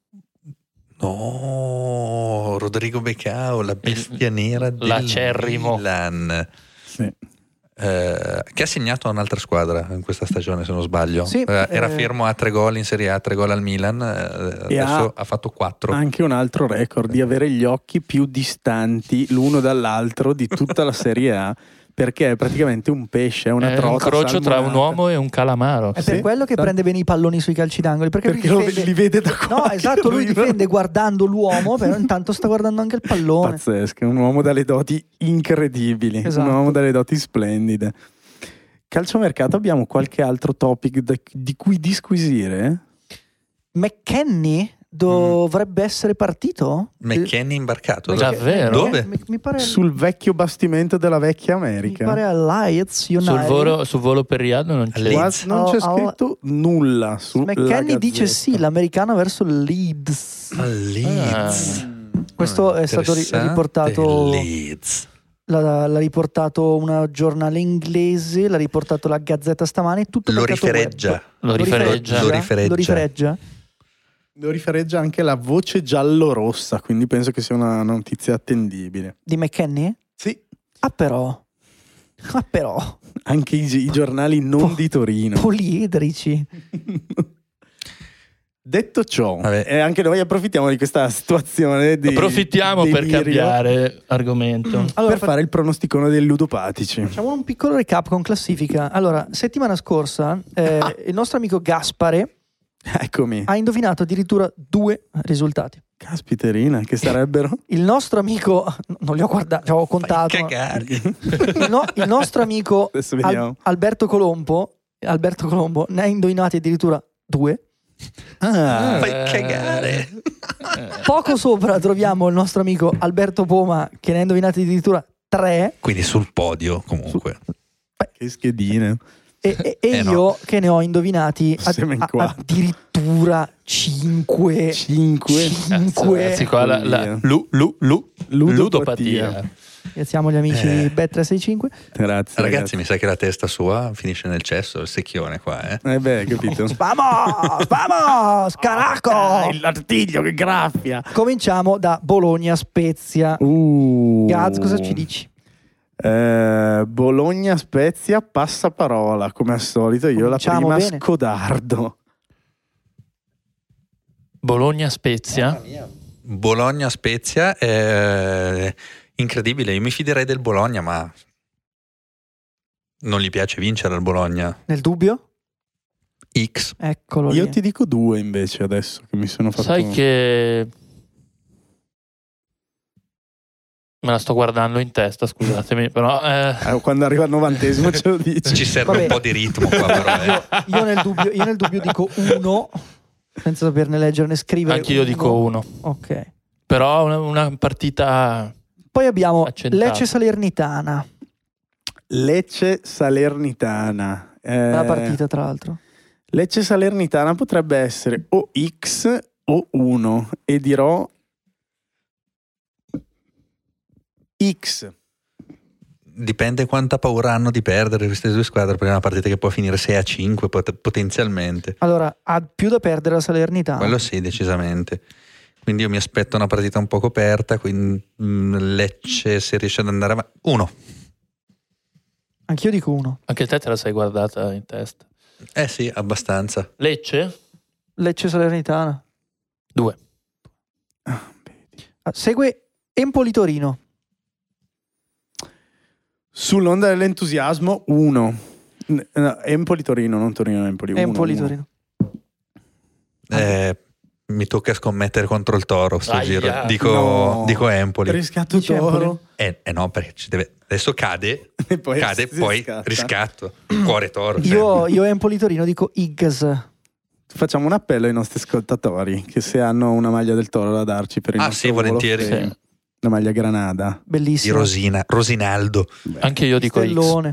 H: No, Rodrigo Becao, la bestia
E: Il,
H: nera del
E: l'acerrimo.
H: Milan.
F: Sì.
H: Eh, che ha segnato a un'altra squadra in questa stagione, se non sbaglio.
G: Sì,
H: eh, era
G: eh,
H: fermo a tre gol in Serie A, tre gol al Milan, eh,
F: e
H: adesso
F: ha
H: ha fatto quattro.
F: Anche un altro record di avere gli occhi più distanti l'uno dall'altro di tutta la Serie A, perché è praticamente un pesce, è una
E: è
F: trota
E: un incrocio
F: salmonata.
E: tra un uomo e un calamaro.
G: È per
F: Sì,
G: quello che
F: esatto.
G: prende bene i palloni sui calci d'angolo, perché,
F: Perché
G: lui
F: lo-
G: difende...
F: li vede da qua.
G: No, esatto, lui
F: arriva.
G: difende guardando l'uomo, però intanto sta guardando anche il pallone.
F: Pazzesco, un uomo dalle doti incredibili,
G: Esatto.
F: un uomo dalle doti splendide. Calciomercato, abbiamo qualche altro topic da- di cui disquisire?
G: McKennie dovrebbe essere partito?
H: McKennie imbarcato?
E: Davvero?
H: Dove?
G: Mi, mi pare,
F: Sul vecchio bastimento della vecchia
G: mi
F: America.
G: pare a Leeds United.
E: Sul volo, sul volo per Riyadh non c'è.
H: Leeds.
F: Quasi non c'è
G: Al- al-
F: scritto nulla su
G: McKennie dice sì, l'americano verso il Leeds.
H: A Leeds.
G: Questo è stato ri-
H: Interessante,
G: riportato
H: Leeds.
G: l'ha, l'ha riportato una giornale inglese, l'ha riportato la Gazzetta stamane, tutto
H: Lo
G: mercato
H: rifereggia.
G: web.
E: Lo rifereggia.
H: Lo rifereggia.
G: Lo rifereggia.
F: Lo rifereggia anche la voce giallo-rossa, quindi penso che sia una notizia attendibile.
G: Di McKennie?
F: Sì,
G: Ah però. Ah però.
F: anche i, i giornali non
G: Po-
F: di Torino.
G: Poliedrici.
F: Detto ciò,
H: Vabbè.
F: eh, anche noi approfittiamo di questa situazione di
E: Approfittiamo per
F: delirio
E: cambiare argomento.
G: Allora,
F: per fare il pronosticone dei ludopatici.
G: facciamo un piccolo recap con classifica. Allora, settimana scorsa eh, il nostro amico Gaspare
F: Eccomi.
G: ha indovinato addirittura due risultati.
F: Caspiterina, che sarebbero?
G: Il nostro amico, non li ho guardati, cioè ho contato.
H: Fai cagare.
G: Il, no- il nostro amico
F: Adesso
G: Al-
F: vediamo.
G: Alberto Colombo, Alberto Colombo ne ha indovinati addirittura due.
F: Ah,
H: Fai
E: Eh,
H: cagare.
G: Poco sopra troviamo il nostro amico Alberto Poma che ne ha indovinati addirittura tre.
H: Quindi sul podio comunque.
F: che schedine.
G: E, e- e
H: Eh,
G: io
H: no.
G: che ne ho indovinati ad-
F: Siamo in
G: a-
F: quattro.
G: addirittura cinque.
F: Cinque.
G: Cinque.
E: Ragazzi, qua la, la lu, lu, lu,
F: Ludopatia.
E: ludopatia.
G: Ringraziamo gli amici
H: Eh.
G: di Bet tre sei cinque.
F: Grazie.
H: Ragazzi, mi sa che la testa sua finisce nel cesso, il secchione qua, eh.
F: Eh beh, capito.
G: Vamos, vamos, caracco!
F: Il l'artiglio che graffia.
G: Cominciamo da Bologna Spezia.
F: Uh.
G: Gaz, cosa ci dici?
F: Eh, Bologna Spezia, passaparola come al solito. Io
G: Cominciamo
F: la prima
G: bene.
F: scodardo.
E: Bologna Spezia.
H: Bologna Spezia è incredibile. Io mi fiderei del Bologna, ma non gli piace vincere al Bologna.
G: Nel dubbio?
H: X.
G: Eccolo
F: Io
G: lì.
F: ti dico due invece adesso che mi sono fatto.
E: Sai che me la sto guardando in testa, scusatemi, però eh,
F: Eh, quando arriva al novantesimo ce lo dici.
H: Ci serve
G: Vabbè.
H: un po' di ritmo qua, però. Eh.
G: Io, io nel dubbio, io nel dubbio dico uno, senza saperne leggere né scrivere.
E: anch'io dico uno.
G: Ok.
E: Però una, una partita
G: Poi abbiamo
E: Accentato.
G: Lecce Salernitana.
F: Lecce Salernitana. Eh,
G: La partita, tra l'altro.
F: Lecce Salernitana potrebbe essere o X o uno e dirò X.
H: Dipende quanta paura hanno di perdere queste due squadre, perché è una partita che può finire sei a cinque pot- potenzialmente.
G: Allora, ha più da perdere la Salernitana.
H: Quello sì, decisamente. Quindi io mi aspetto una partita un po' coperta, quindi mm, Lecce se riesce ad andare avanti. Uno.
G: Anch'io dico uno.
E: anche te te la sei guardata in testa.
H: Eh sì, abbastanza.
E: Lecce?
G: Lecce Salernitana.
E: Due.
G: Ah, segue Empoli-Torino.
F: Sull'onda dell'entusiasmo, uno. No, Empoli-Torino, non Torino-Empoli. uno,
G: Empoli-Torino.
H: Eh, mi tocca scommettere contro il Toro sto
E: Aia.
H: giro. Dico,
F: No.
H: dico Empoli.
F: Riscatto
G: Dice
F: Toro.
H: Eh, eh no, perché ci deve, adesso cade,
F: E poi
H: cade,
F: si
H: poi
F: scatta.
H: riscatto. Cuore Toro.
G: Io, io Empoli-Torino dico Higgs.
F: Facciamo un appello ai nostri ascoltatori che se hanno una maglia del Toro da darci per il
H: Ah,
F: nostro
H: sì, volentieri.
F: Wall of Fame.
E: Sì.
F: La maglia Granada.
H: Di
G: Bellissimo.
H: Rosina, Rosinaldo.
E: Anche io dico X.
G: Stellone.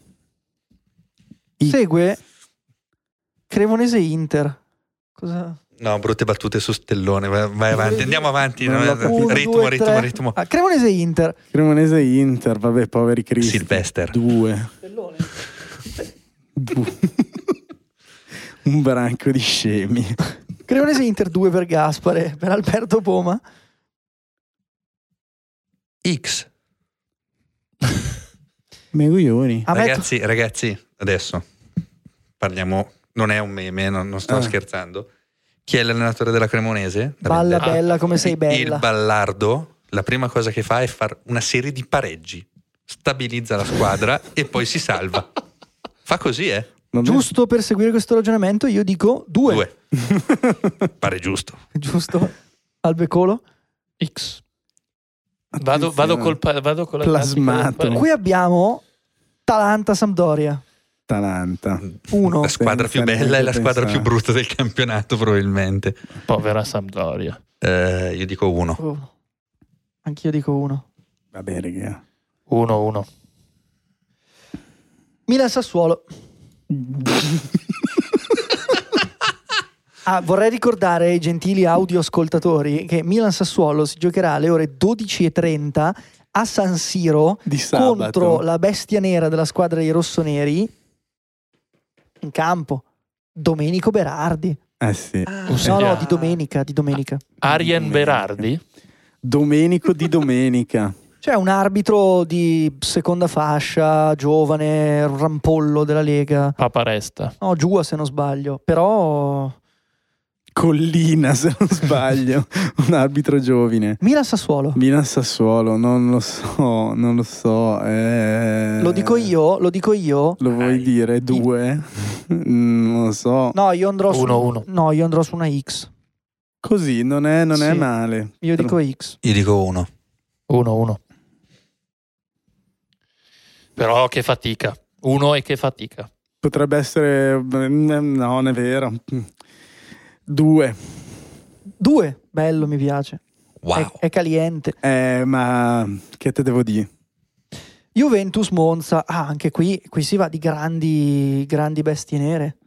G: Segue Cremonese-Inter. Cosa?
H: No, brutte battute su Stellone. Vai, vai avanti, andiamo avanti.
F: Non
H: no?
F: l'ho capito.
G: Uno,
H: ritmo,
G: due,
H: ritmo,
G: tre.
H: ritmo.
G: Ah, Cremonese-Inter.
F: Cremonese Inter, vabbè, poveri cristi.
H: Sylvester.
F: Due.
G: Stellone.
F: Due. Un branco di scemi.
G: Cremonese-Inter due per Gaspare, per Alberto Poma.
H: X.
F: Meguglioni.
G: A me
H: Ragazzi, ragazzi, adesso parliamo. Non è un meme, non, non sto
F: Ah.
H: scherzando. Chi è l'allenatore della Cremonese?
G: Balla
H: Ah,
G: bella come sei
H: il-
G: bella.
H: Il Ballardo, la prima cosa che fa è fare una serie di pareggi. Stabilizza la squadra e poi si salva. Fa così, eh?
F: Non è-
G: Giusto per seguire questo ragionamento, io dico due.
H: Due. Pare giusto.
G: Giusto? Albecolo.
E: X. Vado, vado, col, pa- vado con la
F: Plasmato.
E: tattica.
G: Qui abbiamo Talanta-Sampdoria.
F: Talanta.
G: Uno.
H: La squadra più
F: Senza
H: bella e la
F: neanche
H: squadra
F: pensare.
H: più brutta del campionato, probabilmente.
E: Povera Sampdoria.
H: Eh, io dico uno.
G: Uno. Anch'io dico uno.
F: Vabbè, raga.
E: uno uno.
G: Milan-Sassuolo. Ah, vorrei ricordare ai gentili audioascoltatori che Milan-Sassuolo si giocherà alle ore dodici e trenta a San Siro
F: Di sabato.
G: contro la bestia nera della squadra dei rossoneri in campo. Domenico Berardi.
F: Eh sì.
G: No, no, di domenica, di domenica.
E: Arjen
F: Domenica.
E: Berardi.
F: Domenico di domenica.
G: C'è un arbitro di seconda fascia, giovane, rampollo della Lega.
E: Paparesta.
G: No, Giua se non sbaglio. Però
F: Collina, se non sbaglio. Un arbitro giovane.
G: Milan-Sassuolo.
F: Milan Sassuolo, non lo so, non lo so. eh.
G: Lo dico io, lo dico io.
F: Lo vuoi dire? Due? Mm, non lo so.
G: No, io andrò su
E: Uno, uno.
G: No, io andrò su una X.
F: Così non è, non è
G: Sì.
F: male.
G: Io dico X.
H: Io dico uno.
E: uno uno. Però che fatica. Uno e che fatica.
F: Potrebbe essere. No, non è vero. Due.
G: Due, bello, mi piace.
H: Wow.
G: È, è caliente.
F: Eh, ma che te devo dire?
G: Juventus Monza. Ah, anche qui, qui si va di grandi, grandi bestie nere.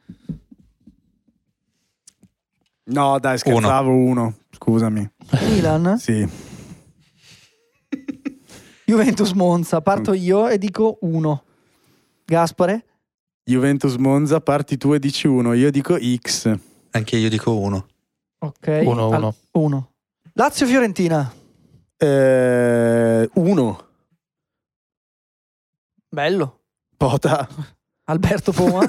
F: No, dai, scherzavo uno. Scusami.
G: Milan,
F: Sì.
G: Juventus Monza. Parto io e dico uno. Gaspare?
F: Juventus Monza, parti tu e dici uno. Io dico X.
H: Anche io dico uno.
G: Ok.
E: Uno,
G: Al-
E: uno.
G: uno. Lazio Fiorentina.
F: Eh, uno.
G: Bello.
F: Pota.
G: Alberto Poma.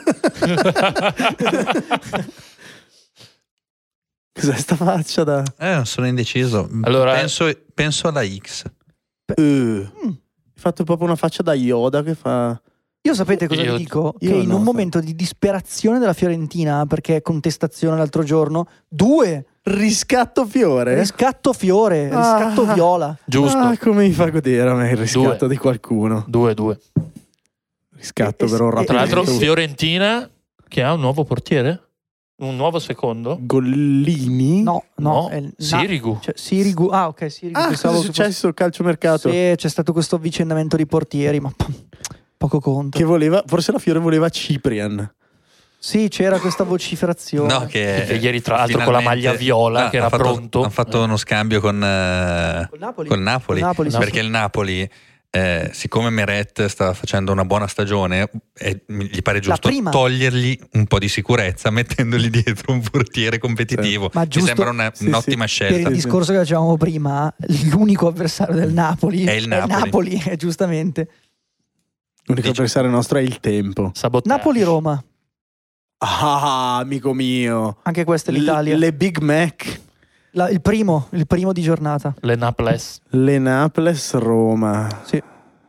F: Cos'è sta faccia da.
H: Eh, sono indeciso.
E: Allora-
H: penso, penso alla X.
F: Uh.
G: Mm.
F: Hai fatto proprio una faccia da Yoda che fa.
G: Io sapete cosa
E: Io-
G: vi dico?
F: io
G: Che in
F: no,
G: un
F: fa-
G: momento di disperazione della Fiorentina, perché contestazione l'altro giorno, due,
F: Riscatto fiore.
G: riscatto fiore,
F: Ah.
G: riscatto viola.
E: Giusto.
F: Ah, come mi fa godere a me il riscatto
E: Due.
F: di qualcuno.
E: due due.
F: Riscatto
G: E- e-
F: però
G: e-
E: Tra
F: rapidamente.
E: l'altro Fiorentina che ha un nuovo portiere? Un nuovo secondo?
F: Gollini?
G: No, no,
E: No,
G: è il-
E: Sirigu.
G: Cioè, Sirigu. Ah, ok, Sirigu.
F: Ah,
G: pensavo
F: cosa è
G: che fosse-
F: successo? Calciomercato.
G: Sì, c'è stato questo avvicendamento di portieri, ma po- poco conto.
F: Che voleva, forse la Fiore voleva Ciprian.
G: Sì, c'era questa vociferazione.
H: No, che
E: Che ieri tra l'altro con la
H: finalmente-
E: maglia viola,
H: Ah,
E: che era
H: ha fatto-
E: pronto.
H: Hanno fatto uno scambio con, eh,
G: Col Napoli.
H: col Napoli,
G: Col Napoli, sì.
H: perché il Napoli, eh, siccome Meret stava facendo una buona stagione, eh, gli pare giusto
G: prima.
H: togliergli un po' di sicurezza mettendogli dietro un portiere competitivo.
G: Ma
H: Mi
G: giusto-
H: sembra una-
F: Sì,
H: un'ottima
F: sì.
H: scelta.
G: Per il discorso che facevamo prima, l'unico avversario del Napoli
H: È il Napoli.
G: eh, giustamente.
F: L'unico
H: Dici-
F: avversario nostro è il tempo.
E: Sabotaggio.
G: Napoli-Roma,
F: Ah, amico mio.
G: anche questa è
F: L-
G: l'Italia.
F: le Big Mac.
G: La- il primo, il primo di giornata.
E: Le Naples.
F: Le Naples Roma.
G: Sì.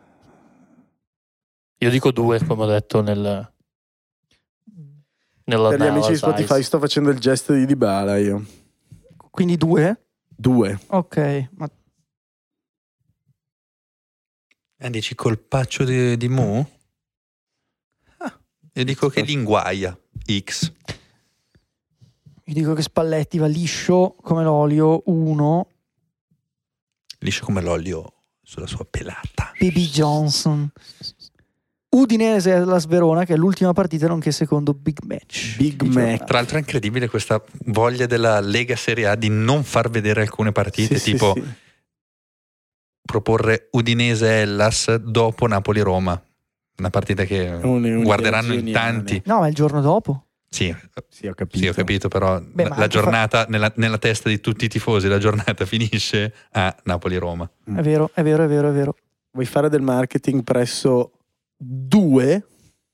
E: Io dico due, come ho detto nel nella
F: Per gli amici di
E: Navas
F: Spotify
E: Ice.
F: sto facendo il gesto di Dybala io.
G: Quindi due?
F: Due.
G: Ok, ma
H: Eh, dici colpaccio di, di Mu? Ah, io dico che linguaia. X.
G: io dico che Spalletti va liscio come l'olio. Uno.
H: Liscio come l'olio sulla sua pelata.
G: Baby Johnson. Udinese alla Sverona, che è l'ultima partita nonché secondo big match.
F: Big
G: di
F: Mac.
G: giornata.
H: Tra l'altro è incredibile questa voglia della Lega Serie A di non far vedere alcune partite,
F: Sì, sì,
H: tipo
F: sì.
H: proporre Udinese-Hellas dopo Napoli-Roma. Una partita che
F: Un- un-
H: guarderanno in
F: unioni.
H: tanti.
G: No, ma il giorno dopo.
H: Sì,
F: Sì, ho capito.
H: sì, ho capito, però
G: Beh, ma
H: la
G: anche
H: giornata, nella, nella testa di tutti i tifosi, la giornata finisce a Napoli-Roma.
G: È vero, è vero, è vero, è vero.
F: Vuoi fare del marketing presso due?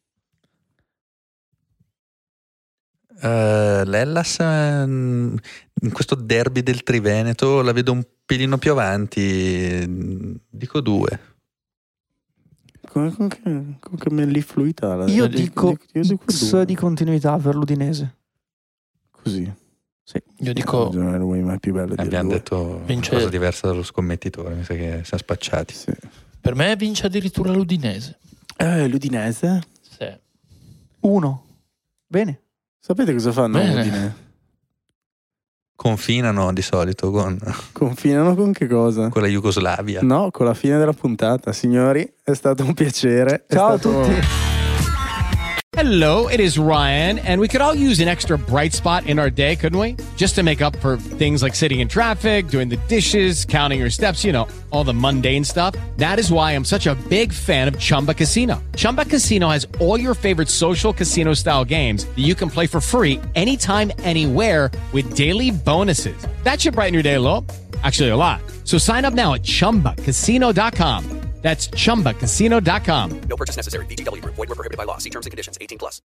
H: Uh, L'Hellas eh, in questo derby del Triveneto la vedo un pelino più avanti, dico due.
F: Come, come, che- come che me l'hai fluita? La,
G: Io
F: la-
G: dico
F: io dico
G: X
F: due.
G: di continuità per l'Udinese.
F: Così.
E: Io dico
F: Non è il mai più bello di
H: Abbiamo
F: due.
H: detto
E: Vince-
H: una cosa diversa dallo scommettitore, mi sa che siamo spacciati.
F: Sì.
E: per me vince addirittura l'Udinese.
F: Eh, l'Udinese?
E: Sì.
G: Uno. Bene.
F: Sapete cosa fanno
E: Bene.
F: Udine?
H: Confinano di solito con,
F: Confinano con che cosa?
H: con la Jugoslavia.
F: No, con la fine della puntata. Signori, è stato un piacere. È
G: Ciao a
F: stato-
G: tutti.
I: Hello, it is Ryan, and we could all use an extra bright spot in our day, couldn't we? Just to make up for things like sitting in traffic, doing the dishes, counting your steps, you know, all the mundane stuff. That is why I'm such a big fan of Chumba Casino. Chumba Casino has all your favorite social casino style games that you can play for free anytime, anywhere with daily bonuses. That should brighten your day a little. Actually, a lot. So sign up now at chumba casino dot com. That's chumba casino dot com.
J: No purchase necessary. V G W Group. Void where prohibited by law. See terms and conditions. eighteen plus.